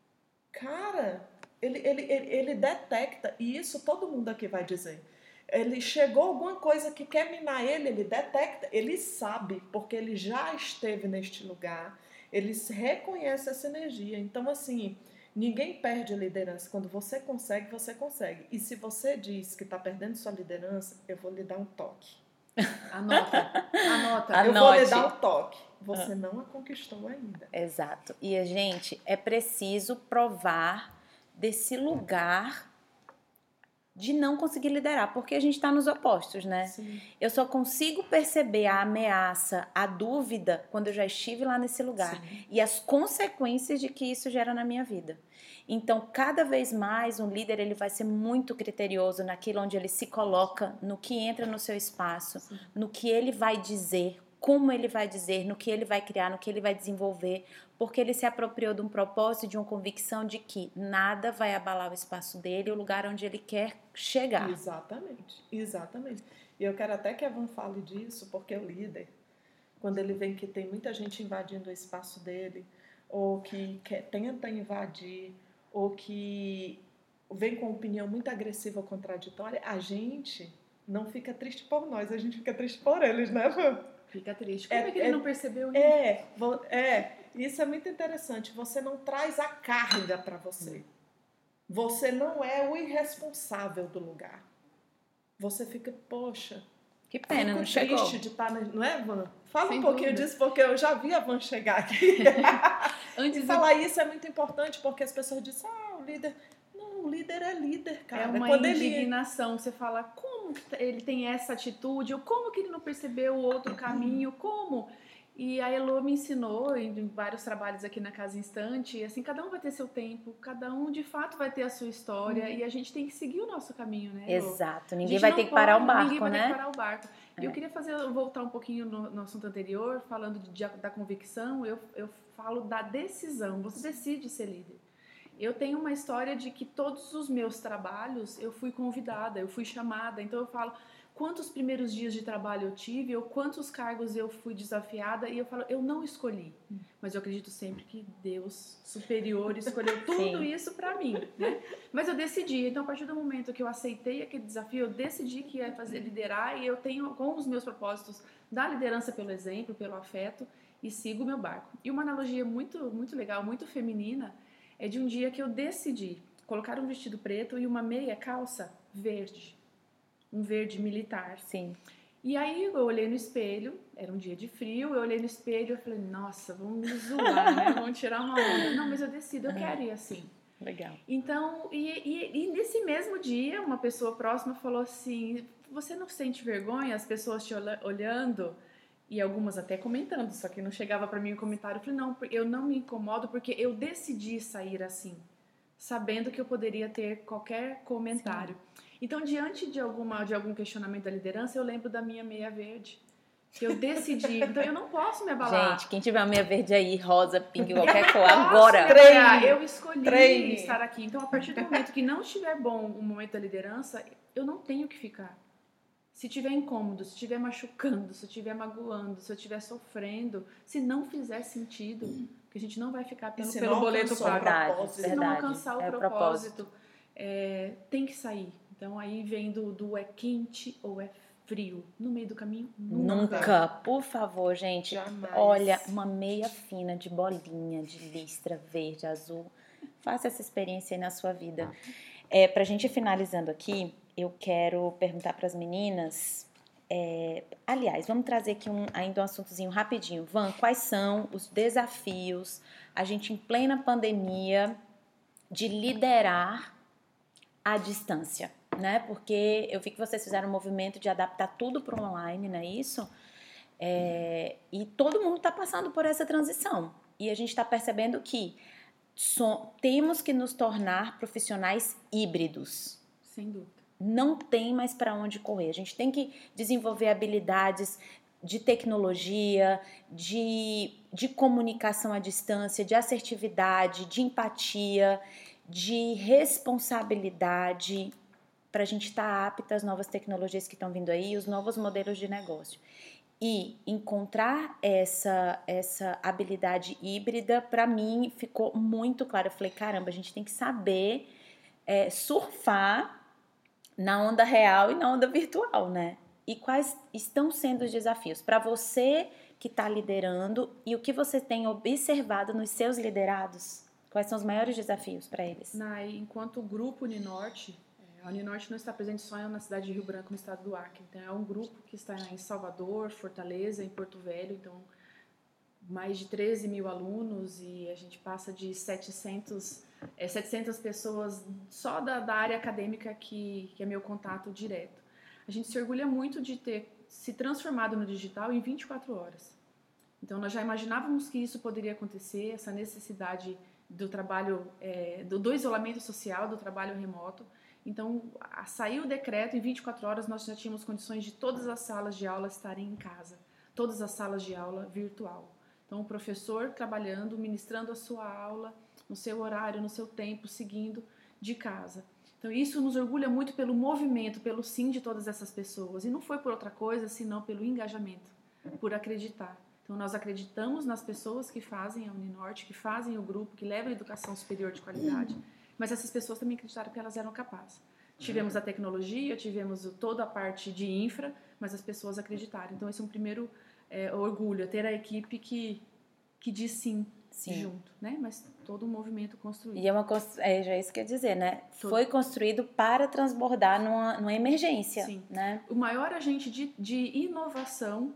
cara, ele, ele, ele, ele detecta, e isso todo mundo aqui vai dizer. Ele chegou alguma coisa que quer minar ele, ele detecta, ele sabe, porque ele já esteve neste lugar, ele reconhece essa energia. Então, assim... ninguém perde a liderança. Quando você consegue, você consegue. E se você diz que está perdendo sua liderança, eu vou lhe dar um toque. Anota. Anota. Eu vou lhe dar um toque. Você ah. não a conquistou ainda. Exato. E, a gente, é preciso provar desse lugar de não conseguir liderar, porque a gente está nos opostos, né? Sim. Eu só consigo perceber a ameaça, a dúvida, quando eu já estive lá nesse lugar. Sim. E as consequências de que isso gera na minha vida. Então, cada vez mais, um líder ele vai ser muito criterioso naquilo onde ele se coloca, no que entra no seu espaço, Sim. no que ele vai dizer, como ele vai dizer, no que ele vai criar, no que ele vai desenvolver, porque ele se apropriou de um propósito, de uma convicção de que nada vai abalar o espaço dele, o lugar onde ele quer chegar. Exatamente, exatamente. E eu quero até que a Van fale disso, porque o líder, quando ele vê que tem muita gente invadindo o espaço dele, ou que quer, tenta invadir, ou que vem com uma opinião muito agressiva ou contraditória, a gente não fica triste por nós, a gente fica triste por eles, né, Van? Fica triste. Como é, é que ele é, não percebeu isso? É, é, isso é muito interessante. Você não traz a carga para você. Você não é o irresponsável do lugar. Você fica, poxa, que pena, não triste chegou. de estar, não é, Van? Fala Sem um pouquinho dúvida. disso, porque eu já vi a Van chegar aqui. Antes e falar de... isso é muito importante, porque as pessoas dizem, ah, o líder... Não, o líder é líder, cara. É uma Quando indignação. Ele... Você fala, como que ele tem essa atitude? Ou como que ele não percebeu o outro caminho? Como? E a Elo me ensinou, em vários trabalhos aqui na Casa Instante, e assim, cada um vai ter seu tempo, cada um de fato vai ter a sua história, uhum. e a gente tem que seguir o nosso caminho, né, Elo? Exato. Ninguém vai ter que parar o barco, ninguém vai né? ter que parar o barco. É. Eu queria fazer, voltar um pouquinho no, no assunto anterior, falando de, da convicção, eu, eu falo da decisão. Você decide ser líder. Eu tenho uma história de que todos os meus trabalhos eu fui convidada, eu fui chamada. Então eu falo quantos primeiros dias de trabalho eu tive, ou quantos cargos eu fui desafiada, e eu falo, eu não escolhi. Mas eu acredito sempre que Deus superior escolheu tudo Sim. isso pra mim, né? Mas eu decidi. Então a partir do momento que eu aceitei aquele desafio, eu decidi que ia fazer liderar, e eu tenho com os meus propósitos da liderança pelo exemplo, pelo afeto, e sigo o meu barco. E uma analogia muito, muito legal, muito feminina, é de um dia que eu decidi colocar um vestido preto e uma meia calça verde. Um verde militar. Sim. E aí eu olhei no espelho, era um dia de frio, eu olhei no espelho e falei, nossa, vamos me zoar, né? Vamos tirar uma onda. Não, mas eu decido, eu quero ir assim. Legal. Então, e, e, e nesse mesmo dia, uma pessoa próxima falou assim, você não sente vergonha, as pessoas te olhando, e algumas até comentando, só que não chegava para mim o comentário. Eu falei, não, eu não me incomodo porque eu decidi sair assim, sabendo que eu poderia ter qualquer comentário. Sim. Então, diante de, alguma, de algum questionamento da liderança, eu lembro da minha meia verde. Que eu decidi. Então, eu não posso me abalar. Gente, quem tiver uma meia verde aí, rosa, pink, qualquer cor, agora. Treine, eu escolhi treine. estar aqui. Então, a partir do momento que não estiver bom o momento da liderança, eu não tenho que ficar. Se tiver incômodo, se estiver machucando, se estiver magoando, se eu estiver sofrendo, se não fizer sentido, porque a gente não vai ficar pelo, pelo boleto pago. Se não alcançar o é propósito, propósito. É, tem que sair. Então, aí vem do, do é quente ou é frio. No meio do caminho, nunca. Nunca. Por favor, gente. Jamais. Olha, uma meia fina de bolinha, de listra verde, azul. Faça essa experiência aí na sua vida. É, pra gente ir finalizando aqui, eu quero perguntar para as meninas... É, aliás, vamos trazer aqui um, ainda um assuntozinho rapidinho. Van, quais são os desafios, a gente em plena pandemia, de liderar à distância, né? Porque eu vi que vocês fizeram um movimento de adaptar tudo para o online, não é isso? É, e todo mundo está passando por essa transição. E a gente está percebendo que so, temos que nos tornar profissionais híbridos. Sem dúvida. Não tem mais para onde correr. A gente tem que desenvolver habilidades de tecnologia, de, de comunicação à distância, de assertividade, de empatia, de responsabilidade, para a gente estar apta às novas tecnologias que estão vindo aí, os novos modelos de negócio. E encontrar essa, essa habilidade híbrida, para mim, ficou muito claro. Eu falei, caramba, a gente tem que saber é, surfar na onda real e na onda virtual, né? E quais estão sendo os desafios para você que está liderando e o que você tem observado nos seus liderados? Quais são os maiores desafios para eles? Na, enquanto grupo Uninorte, a Uninorte não está presente só na cidade de Rio Branco, no estado do Acre. Então, é um grupo que está em Salvador, Fortaleza, em Porto Velho. Então, mais de treze mil alunos e a gente passa de setecentas pessoas só da, da área acadêmica que, que é meu contato direto. A gente se orgulha muito de ter se transformado no digital em vinte e quatro horas. Então, nós já imaginávamos que isso poderia acontecer, essa necessidade do trabalho, é, do, do isolamento social, do trabalho remoto. Então, a, saiu o decreto, em vinte e quatro horas nós já tínhamos condições de todas as salas de aula estarem em casa, todas as salas de aula virtual. Então, o professor trabalhando, ministrando a sua aula, no seu horário, no seu tempo, seguindo de casa. Então, isso nos orgulha muito pelo movimento, pelo sim de todas essas pessoas. E não foi por outra coisa, senão pelo engajamento, por acreditar. Então, nós acreditamos nas pessoas que fazem a Uninorte, que fazem o grupo, que levam a educação superior de qualidade, mas essas pessoas também acreditaram que elas eram capazes. Tivemos a tecnologia, tivemos toda a parte de infra, mas as pessoas acreditaram. Então, esse é um primeiro é, orgulho, ter a equipe que, que diz sim, sim, junto, né? Mas todo um movimento construído. E é uma é já isso que eu ia dizer, né? Todo. Foi construído para transbordar numa, numa emergência, sim, né? O maior agente de, de inovação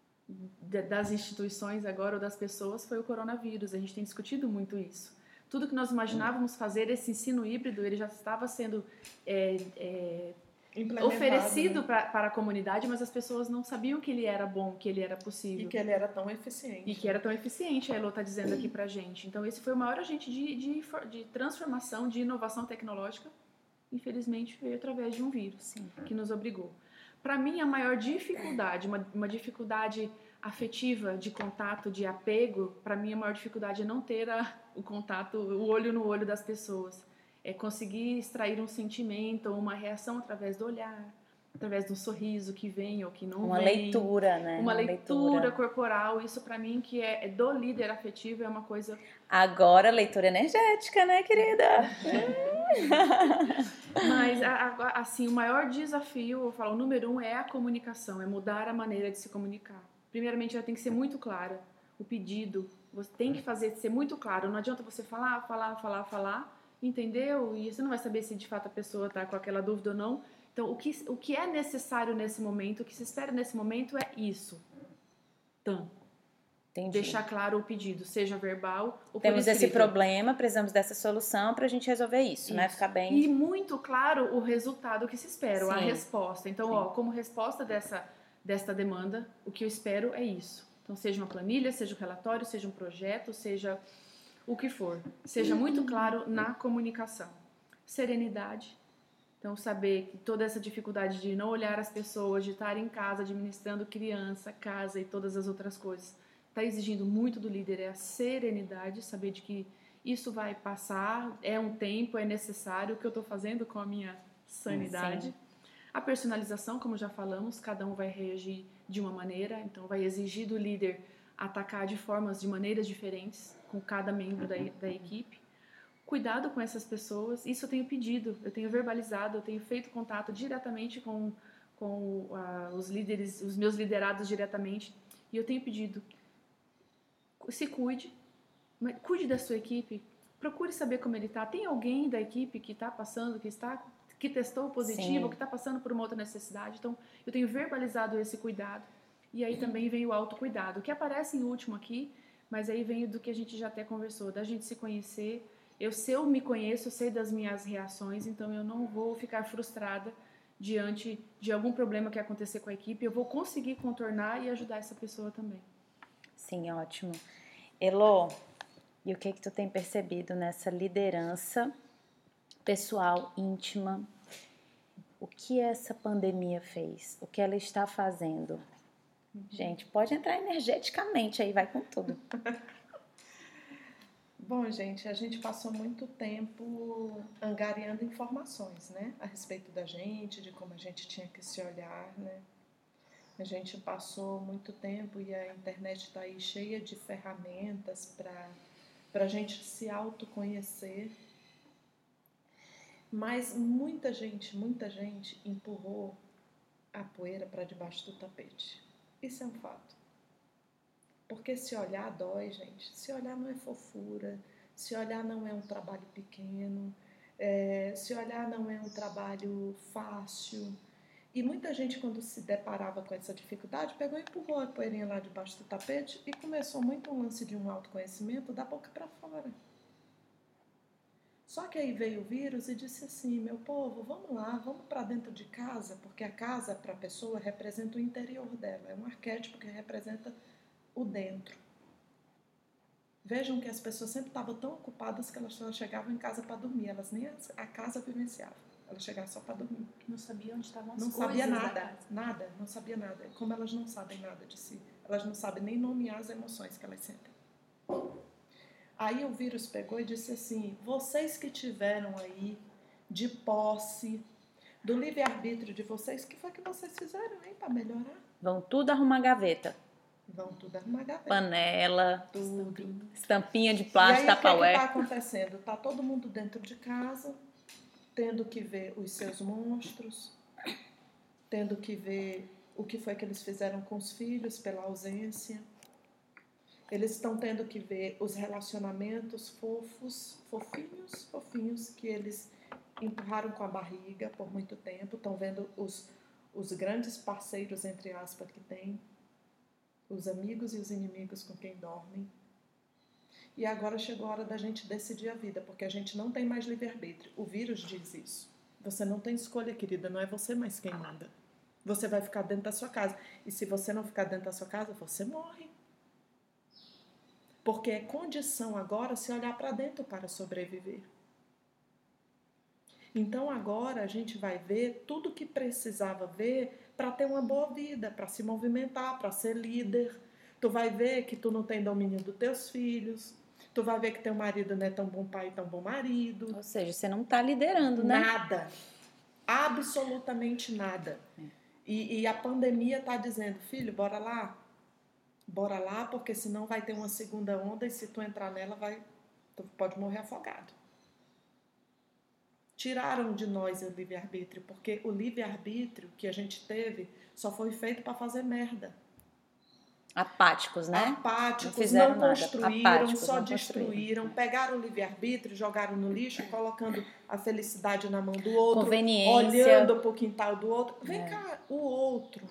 das instituições agora ou das pessoas foi o coronavírus. A gente tem discutido muito isso. Tudo que nós imaginávamos fazer, esse ensino híbrido, ele já estava sendo é, é, oferecido, né, pra, para a comunidade, mas as pessoas não sabiam que ele era bom, que ele era possível. E que ele era tão eficiente. E que era tão eficiente, a Elo está dizendo aqui pra gente. Então, esse foi o maior agente de, de, de transformação, de inovação tecnológica. Infelizmente, veio através de um vírus, sim, que nos obrigou. Para mim, a maior dificuldade, uma, uma dificuldade afetiva, de contato, de apego, para mim a maior dificuldade é não ter a, o contato, o olho no olho das pessoas. É conseguir extrair um sentimento ou uma reação através do olhar, através do sorriso que vem ou que não uma vem. Uma leitura, né? Uma, uma leitura, leitura corporal. Isso para mim, que é, é do líder afetivo, é uma coisa... Agora, leitura energética, né, querida? Mas, a, a, assim, o maior desafio, eu falo, o número um é a comunicação, é mudar a maneira de se comunicar. Primeiramente, ela tem que ser muito clara. O pedido, você tem que fazer ser muito claro. Não adianta você falar, falar, falar, falar, entendeu? E você não vai saber se de fato a pessoa está com aquela dúvida ou não. Então, o que, o que é necessário nesse momento, o que se espera nesse momento é isso. Então, Entendi. deixar claro o pedido, seja verbal ou Temos por escrito. esse problema, precisamos dessa solução para a gente resolver isso, isso, né? Ficar bem... E muito claro o resultado que se espera, Sim. a resposta. Então, ó, como resposta dessa, desta demanda, o que eu espero é isso. Então, seja uma planilha, seja um relatório, seja um projeto, seja o que for. Seja muito claro na comunicação. Serenidade. Então, saber que toda essa dificuldade de não olhar as pessoas, de estar em casa administrando criança, casa e todas as outras coisas, está exigindo muito do líder, é a serenidade, saber de que isso vai passar, é um tempo, é necessário, o que eu estou fazendo com a minha sanidade. Sim. A personalização, como já falamos, cada um vai reagir de uma maneira, então vai exigir do líder atacar de formas, de maneiras diferentes, com cada membro da, da equipe. Cuidado com essas pessoas, isso eu tenho pedido, eu tenho verbalizado, eu tenho feito contato diretamente com, com uh, os líderes, os meus liderados diretamente, e eu tenho pedido, se cuide, cuide da sua equipe, procure saber como ele está. Tem alguém da equipe que está passando, que está, que testou positivo, Sim. que está passando por uma outra necessidade, então eu tenho verbalizado esse cuidado, e aí também vem o autocuidado, que aparece em último aqui, mas aí vem do que a gente já até conversou, da gente se conhecer. Eu, se eu me conheço, eu sei das minhas reações, então eu não vou ficar frustrada diante de algum problema que acontecer com a equipe. Eu vou conseguir contornar e ajudar essa pessoa também. Sim, ótimo. Elô, e o que que tu tem percebido nessa liderança pessoal, íntima? O que essa pandemia fez? O que ela está fazendo? Uhum. Gente, pode entrar energeticamente aí, vai com tudo. Bom, gente, a gente passou muito tempo angariando informações, né? A respeito da gente, de como a gente tinha que se olhar, né? A gente passou muito tempo e a internet está aí cheia de ferramentas para para a gente se autoconhecer. Mas muita gente, muita gente empurrou a poeira para debaixo do tapete. Isso é um fato. Porque se olhar dói, gente. Se olhar não é fofura, se olhar não é um trabalho pequeno, é, se olhar não é um trabalho fácil. E muita gente, quando se deparava com essa dificuldade, pegou e empurrou a poeirinha lá debaixo do tapete e começou muito um lance de um autoconhecimento da boca para fora. Só que aí veio o vírus e disse assim, meu povo, vamos lá, vamos para dentro de casa, porque a casa para a pessoa representa o interior dela, é um arquétipo que representa o dentro. Vejam que as pessoas sempre estavam tão ocupadas que elas só chegavam em casa para dormir, elas nem a casa vivenciavam, elas chegavam só para dormir. Não sabiam onde estavam as não coisas. Não sabia nada, nada, não sabia nada. Como elas não sabem nada de si, elas não sabem nem nomear as emoções que elas sentem. Aí o vírus pegou e disse assim, vocês que tiveram aí de posse do livre-arbítrio de vocês, o que foi que vocês fizeram aí para melhorar? Vão tudo arrumar gaveta. Vão tudo arrumar gaveta. Panela, tudo. Estampinha de plástico, tapaué. E aí o que está acontecendo? Está todo mundo dentro de casa, tendo que ver os seus monstros, tendo que ver o que foi que eles fizeram com os filhos pela ausência. Eles estão tendo que ver os relacionamentos fofos, fofinhos, fofinhos, que eles empurraram com a barriga por muito tempo. Estão vendo os, os grandes parceiros, entre aspas, que tem. Os amigos e os inimigos com quem dormem. E agora chegou a hora da gente decidir a vida, porque a gente não tem mais livre-arbítrio. O vírus diz isso. Você não tem escolha, querida, não é você mais quem manda. Você vai ficar dentro da sua casa. E se você não ficar dentro da sua casa, você morre. Porque é condição agora se olhar para dentro para sobreviver. Então agora a gente vai ver tudo que precisava ver para ter uma boa vida, para se movimentar, para ser líder. Tu vai ver que tu não tem domínio dos teus filhos. Tu vai ver que teu marido não é tão bom pai, tão bom marido. Ou seja, você não está liderando, né? Nada. Absolutamente nada. E, e a pandemia está dizendo, filho, bora lá. Bora lá, porque senão vai ter uma segunda onda e se tu entrar nela, vai, tu pode morrer afogado. Tiraram de nós o livre-arbítrio, porque o livre-arbítrio que a gente teve só foi feito para fazer merda. Apáticos, né? Apáticos, não, não construíram, Apáticos, só não destruíram, construíram. Pegaram o livre-arbítrio, jogaram no lixo, colocando a felicidade na mão do outro, Conveniência. olhando pro quintal do outro. Vem É. cá, o outro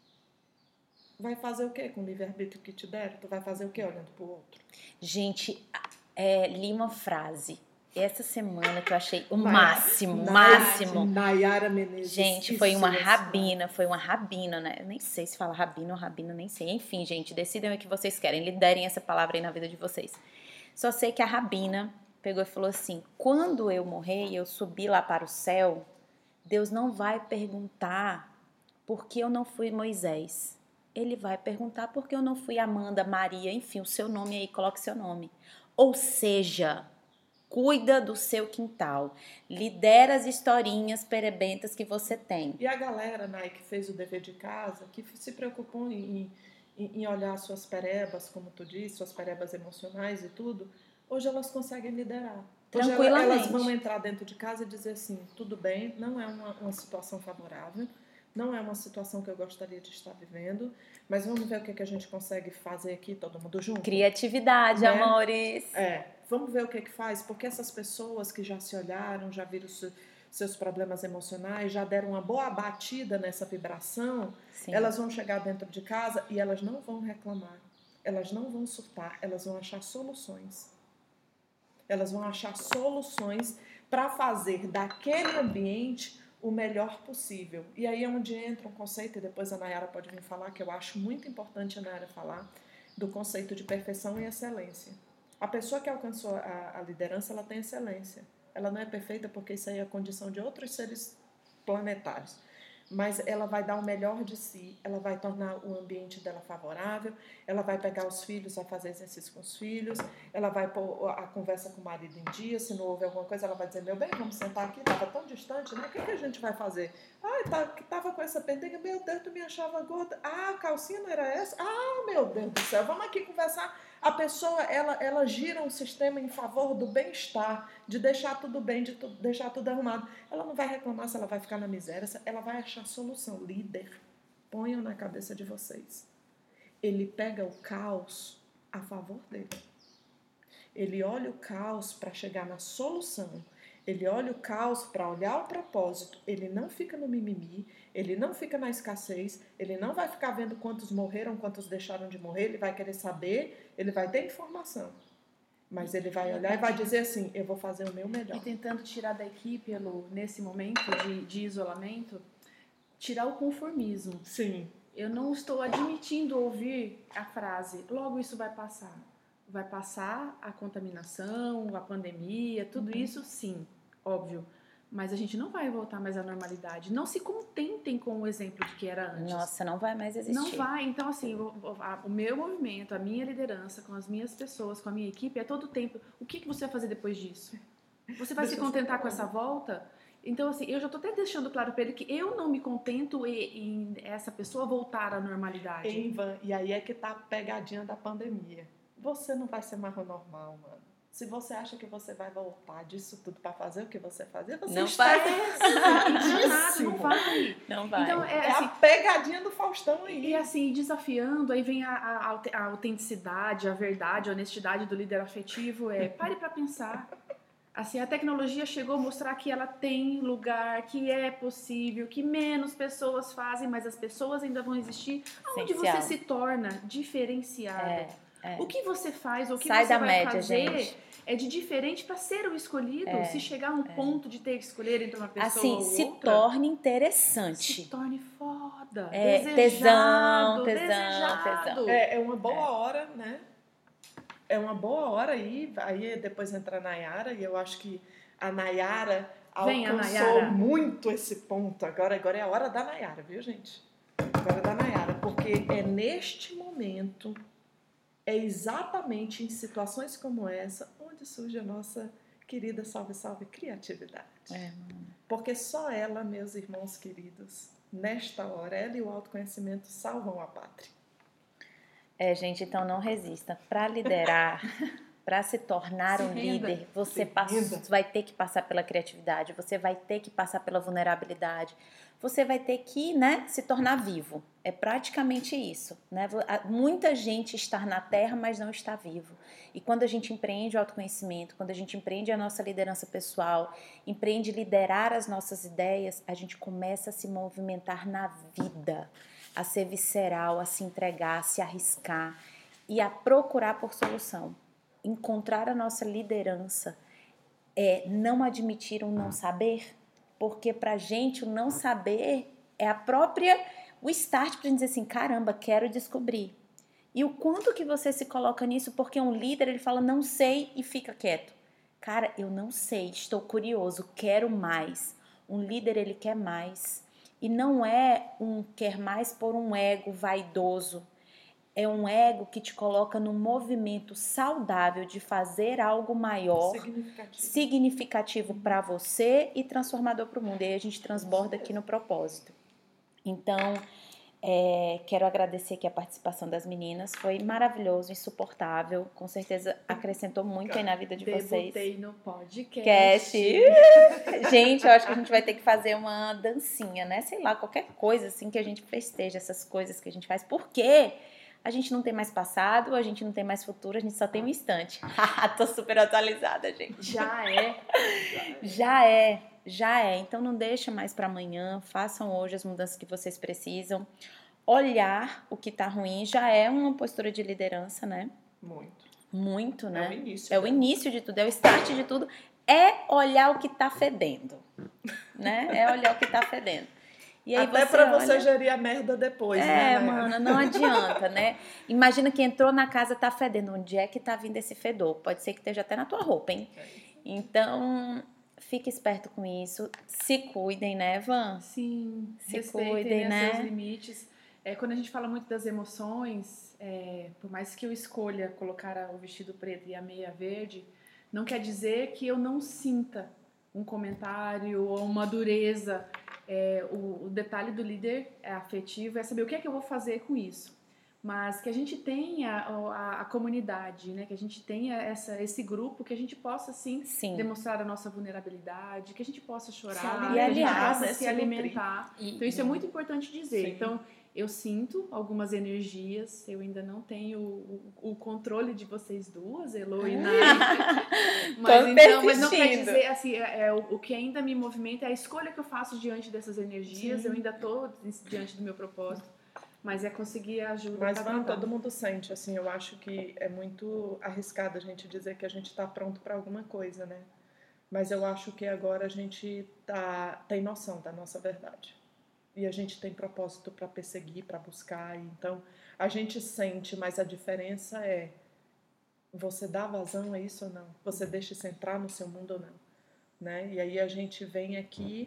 vai fazer o quê com o livre-arbítrio que te deram? Tu vai fazer o quê olhando pro outro? Gente, é, li uma frase essa semana que eu achei o Nayara, máximo, Nayara, máximo. Nayara Menezes. Gente, foi uma rabina, foi uma rabina, né? Eu nem sei se fala rabino ou rabina, nem sei. Enfim, gente, decidam o que vocês querem, liderem essa palavra aí na vida de vocês. Só sei que a rabina pegou e falou assim: quando eu morrer e eu subir lá para o céu, Deus não vai perguntar por que eu não fui Moisés. Ele vai perguntar por que eu não fui Amanda, Maria, enfim, o seu nome aí, coloque seu nome. Ou seja, cuida do seu quintal. Lidera as historinhas perebentas que você tem. E a galera, Nai, que fez o dever de casa, que se preocupou em, em, em olhar suas perebas, como tu disse, suas perebas emocionais e tudo, hoje elas conseguem liderar. Hoje elas vão entrar dentro de casa e dizer assim, tudo bem, não é uma, uma situação favorável, não é uma situação que eu gostaria de estar vivendo, mas vamos ver o que, que a gente consegue fazer aqui, todo mundo junto. Criatividade, né? Amores. É, vamos ver o que que faz, porque essas pessoas que já se olharam, já viram se, seus problemas emocionais, já deram uma boa batida nessa vibração, Sim. elas vão chegar dentro de casa e elas não vão reclamar, elas não vão surtar, elas vão achar soluções. Elas vão achar soluções para fazer daquele ambiente o melhor possível. E aí é onde entra um conceito, e depois a Nayara pode vir falar, que eu acho muito importante a Nayara falar, do conceito de perfeição e excelência. A pessoa que alcançou a, a liderança, ela tem excelência. Ela não é perfeita porque isso aí é a condição de outros seres planetários. Mas ela vai dar o melhor de si, ela vai tornar o ambiente dela favorável, ela vai pegar os filhos a fazer exercício com os filhos, ela vai pôr a conversa com o marido em dia, se não houver alguma coisa, ela vai dizer, meu bem, vamos sentar aqui, estava tão distante, né? O que, que a gente vai fazer? Ah, estava com essa pendenga, meu Deus, tu me achava gorda. Ah, a calcinha não era essa? Ah, meu Deus do céu, vamos aqui conversar. A pessoa, ela, ela gira um sistema em favor do bem-estar, de deixar tudo bem, de tu, deixar tudo arrumado. Ela não vai reclamar se ela vai ficar na miséria, ela vai achar solução. Líder, ponham na cabeça de vocês. Ele pega o caos a favor dele. Ele olha o caos para chegar na solução. Ele olha o caos para olhar o propósito. Ele não fica no mimimi, ele não fica na escassez, ele não vai ficar vendo quantos morreram, quantos deixaram de morrer, ele vai querer saber, ele vai ter informação. Mas ele vai olhar e vai dizer assim, eu vou fazer o meu melhor. E tentando tirar da equipe, Elô, nesse momento de, de isolamento, tirar o conformismo. Sim. Eu não estou admitindo ouvir a frase, logo isso vai passar. Vai passar a contaminação, a pandemia, tudo uhum. isso, sim, óbvio. Mas a gente não vai voltar mais à normalidade. Não se contentem com o exemplo de que era antes. Nossa, não vai mais existir. Não vai. Então, assim, o, a, o meu movimento, a minha liderança com as minhas pessoas, com a minha equipe, é todo o tempo. O que, que você vai fazer depois disso? Você vai se contentar com essa volta? Então, assim, eu já estou até deixando claro para ele que eu não me contento em, em essa pessoa voltar à normalidade. Ivan, e aí é que tá a pegadinha da pandemia. Você não vai ser mais normal, mano. Se você acha que você vai voltar disso tudo para fazer o que você fazia, você não está vai. Não vai. Não vai. Então, é, é assim, a pegadinha do Faustão aí. E assim, desafiando, aí vem a, a, a autenticidade, a verdade, a honestidade do líder afetivo. É, pare para pensar. Assim, a tecnologia chegou a mostrar que ela tem lugar, que é possível, que menos pessoas fazem, mas as pessoas ainda vão existir. Onde você se torna diferenciado. É. É. O que você faz, ou o que Sai você da vai média, fazer gente. é de diferente para ser o escolhido. É, se chegar a um é. ponto de ter que escolher entre uma pessoa assim, ou se outra, torne interessante. se torne foda, é, desejado, tesão, tesão, desejado. tesão. É, é uma boa é. hora, né? É uma boa hora aí, aí depois entra a Nayara, e eu acho que a Nayara Vem alcançou a Nayara. muito esse ponto. Agora, agora é a hora da Nayara, viu, gente? Agora é da Nayara, porque é neste momento... É exatamente em situações como essa onde surge a nossa querida salve, salve criatividade. É, Porque só ela, meus irmãos queridos, nesta hora, ela e o autoconhecimento salvam a pátria. É, gente, então não resista. Para liderar, para se tornar Se um renda. líder, você Se pass- renda. vai ter que passar pela criatividade, você vai ter que passar pela vulnerabilidade, você vai ter que, né, se tornar vivo. É praticamente isso, né? Vo- a- Muita gente está na Terra, mas não está vivo. E quando a gente empreende o autoconhecimento, quando a gente empreende a nossa liderança pessoal, empreende liderar as nossas ideias, a gente começa a se movimentar na vida, a ser visceral, a se entregar, a se arriscar e a procurar por solução. Encontrar a nossa liderança é não admitir um não saber, porque pra gente o não saber é a própria, o start pra gente dizer assim, caramba, quero descobrir. E o quanto que você se coloca nisso, porque um líder, ele fala não sei e fica quieto. Cara, eu não sei, estou curioso, quero mais. Um líder, ele quer mais. E não é um quer mais por um ego vaidoso. É um ego que te coloca num movimento saudável de fazer algo maior, Significativo. significativo para você e transformador para o mundo. E aí a gente transborda aqui no propósito. Então, é, quero agradecer aqui a participação das meninas. Foi maravilhoso, insuportável. Com certeza acrescentou muito aí na vida de vocês. Debutei no podcast. Cast. Gente, eu acho que a gente vai ter que fazer uma dancinha, né? Sei lá, qualquer coisa assim que a gente festeja essas coisas que a gente faz. Por quê? A gente não tem mais passado, a gente não tem mais futuro, a gente só tem um instante. Tô super atualizada, gente. Já é. Já é, já é. Então não deixa mais para amanhã, façam hoje as mudanças que vocês precisam. Olhar o que tá ruim já é uma postura de liderança, né? Muito. Muito, né? É o início. É o dela. início de tudo, é o start de tudo. É olhar o que tá fedendo, né? É olhar o que tá fedendo. E aí Até você pra você olha... gerir a merda depois, É, né? mano, não adianta, né? Imagina que entrou na casa, tá fedendo. Onde é que tá vindo esse fedor? Pode ser que esteja até na tua roupa, hein? Então, fique esperto com isso. Se cuidem, né, Van? Sim, Se respeitem, cuidem, né, né? seus limites. É, quando a gente fala muito das emoções, é, por mais que eu escolha colocar o vestido preto e a meia verde, não quer dizer que eu não sinta um comentário ou uma dureza. É, o, o detalhe do líder é afetivo, é saber o que é que eu vou fazer com isso. Mas que a gente tenha a, a comunidade, né? Que a gente tenha essa, esse grupo, que a gente possa, sim, Sim. demonstrar a nossa vulnerabilidade, que a gente possa chorar, Se que a alimentar, gente possa né? se Se alimentar. nutrir. Então isso é muito importante dizer. Sim. Então eu sinto algumas energias, eu ainda não tenho o, o controle de vocês duas, Elo e Nai. Mas, então, mas não quer persistindo. dizer, assim, é, é, o, o que ainda me movimenta é a escolha que eu faço diante dessas energias. Sim. Eu ainda estou diante do meu propósito, mas é conseguir a ajuda Mas, para Van, guardar. todo mundo sente, assim, eu acho que é muito arriscado a gente dizer que a gente está pronto para alguma coisa, né? Mas eu acho que agora a gente tá, tem noção da nossa verdade. E a gente tem propósito para perseguir, para buscar. Então, a gente sente, mas a diferença é você dá vazão a isso ou não? Você deixa isso entrar no seu mundo ou não? Né? E aí a gente vem aqui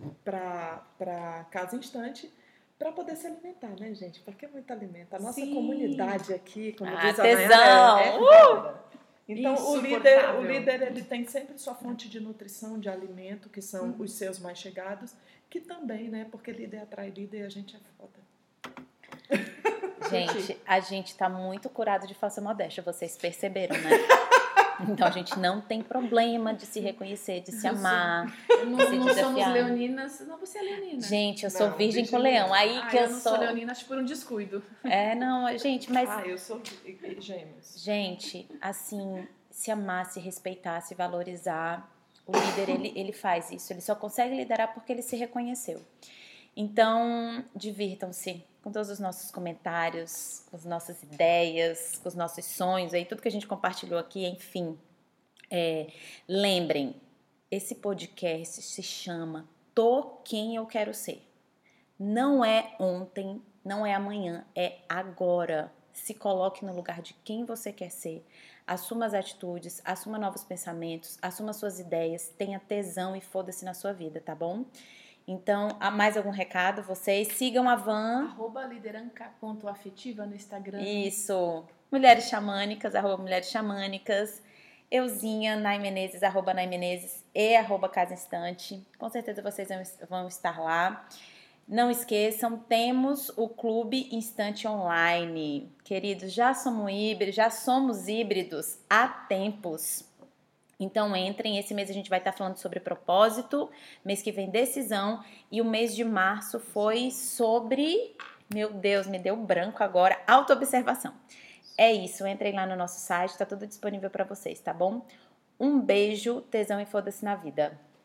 para Casa Instante para poder se alimentar, né, gente? Porque é muito alimento. A nossa Sim. comunidade aqui, como Ah, diz a tesão! Nayara, é, é Uh! foda. Então, o líder, Insuportável. o líder ele tem sempre sua fonte de nutrição, de alimento, que são Uhum. os seus mais chegados, que também, né? Porque líder atrai líder e a gente é foda. Gente, a gente tá muito curado de falsa modéstia, vocês perceberam, né? Então a gente não tem problema de se reconhecer, de se amar, Não, de se não somos desafiar. leoninas. Não, você é leonina. Gente, eu sou Não, virgem virgem com leão. não. Aí ah, que eu, eu não sou. sou leonina, acho por um descuido. É, não, gente, mas. Ah, eu sou gêmeos. Gente, assim, se amar, se respeitar, se valorizar. O líder, ele, ele faz isso. Ele só consegue liderar porque ele se reconheceu. Então, divirtam-se com todos os nossos comentários, com as nossas ideias, com os nossos sonhos, aí tudo que a gente compartilhou aqui, enfim. É, lembrem, esse podcast se chama Tô Quem Eu Quero Ser. Não é ontem, não é amanhã, é agora. Se coloque no lugar de quem você quer ser. Assuma as atitudes, assuma novos pensamentos, assuma suas ideias, tenha tesão e foda-se na sua vida, tá bom? Então, há mais algum recado? Vocês sigam a Van. Arroba lideranca.afetiva no Instagram. Isso. Mulheres Xamânicas, arroba Mulheres Xamânicas. Euzinha, Nay Menezes, arroba Nay Menezes e arroba Casa Instante. Com certeza vocês vão estar lá. Não esqueçam, temos o Clube Instante Online. Queridos, já somos híbridos, já somos híbridos há tempos. Então entrem, esse mês a gente vai estar falando sobre propósito, mês que vem decisão, e o mês de março foi sobre, meu Deus, me deu branco agora, autoobservação. É isso, entrem lá no nosso site, tá tudo disponível para vocês, tá bom? Um beijo, tesão e foda-se na vida.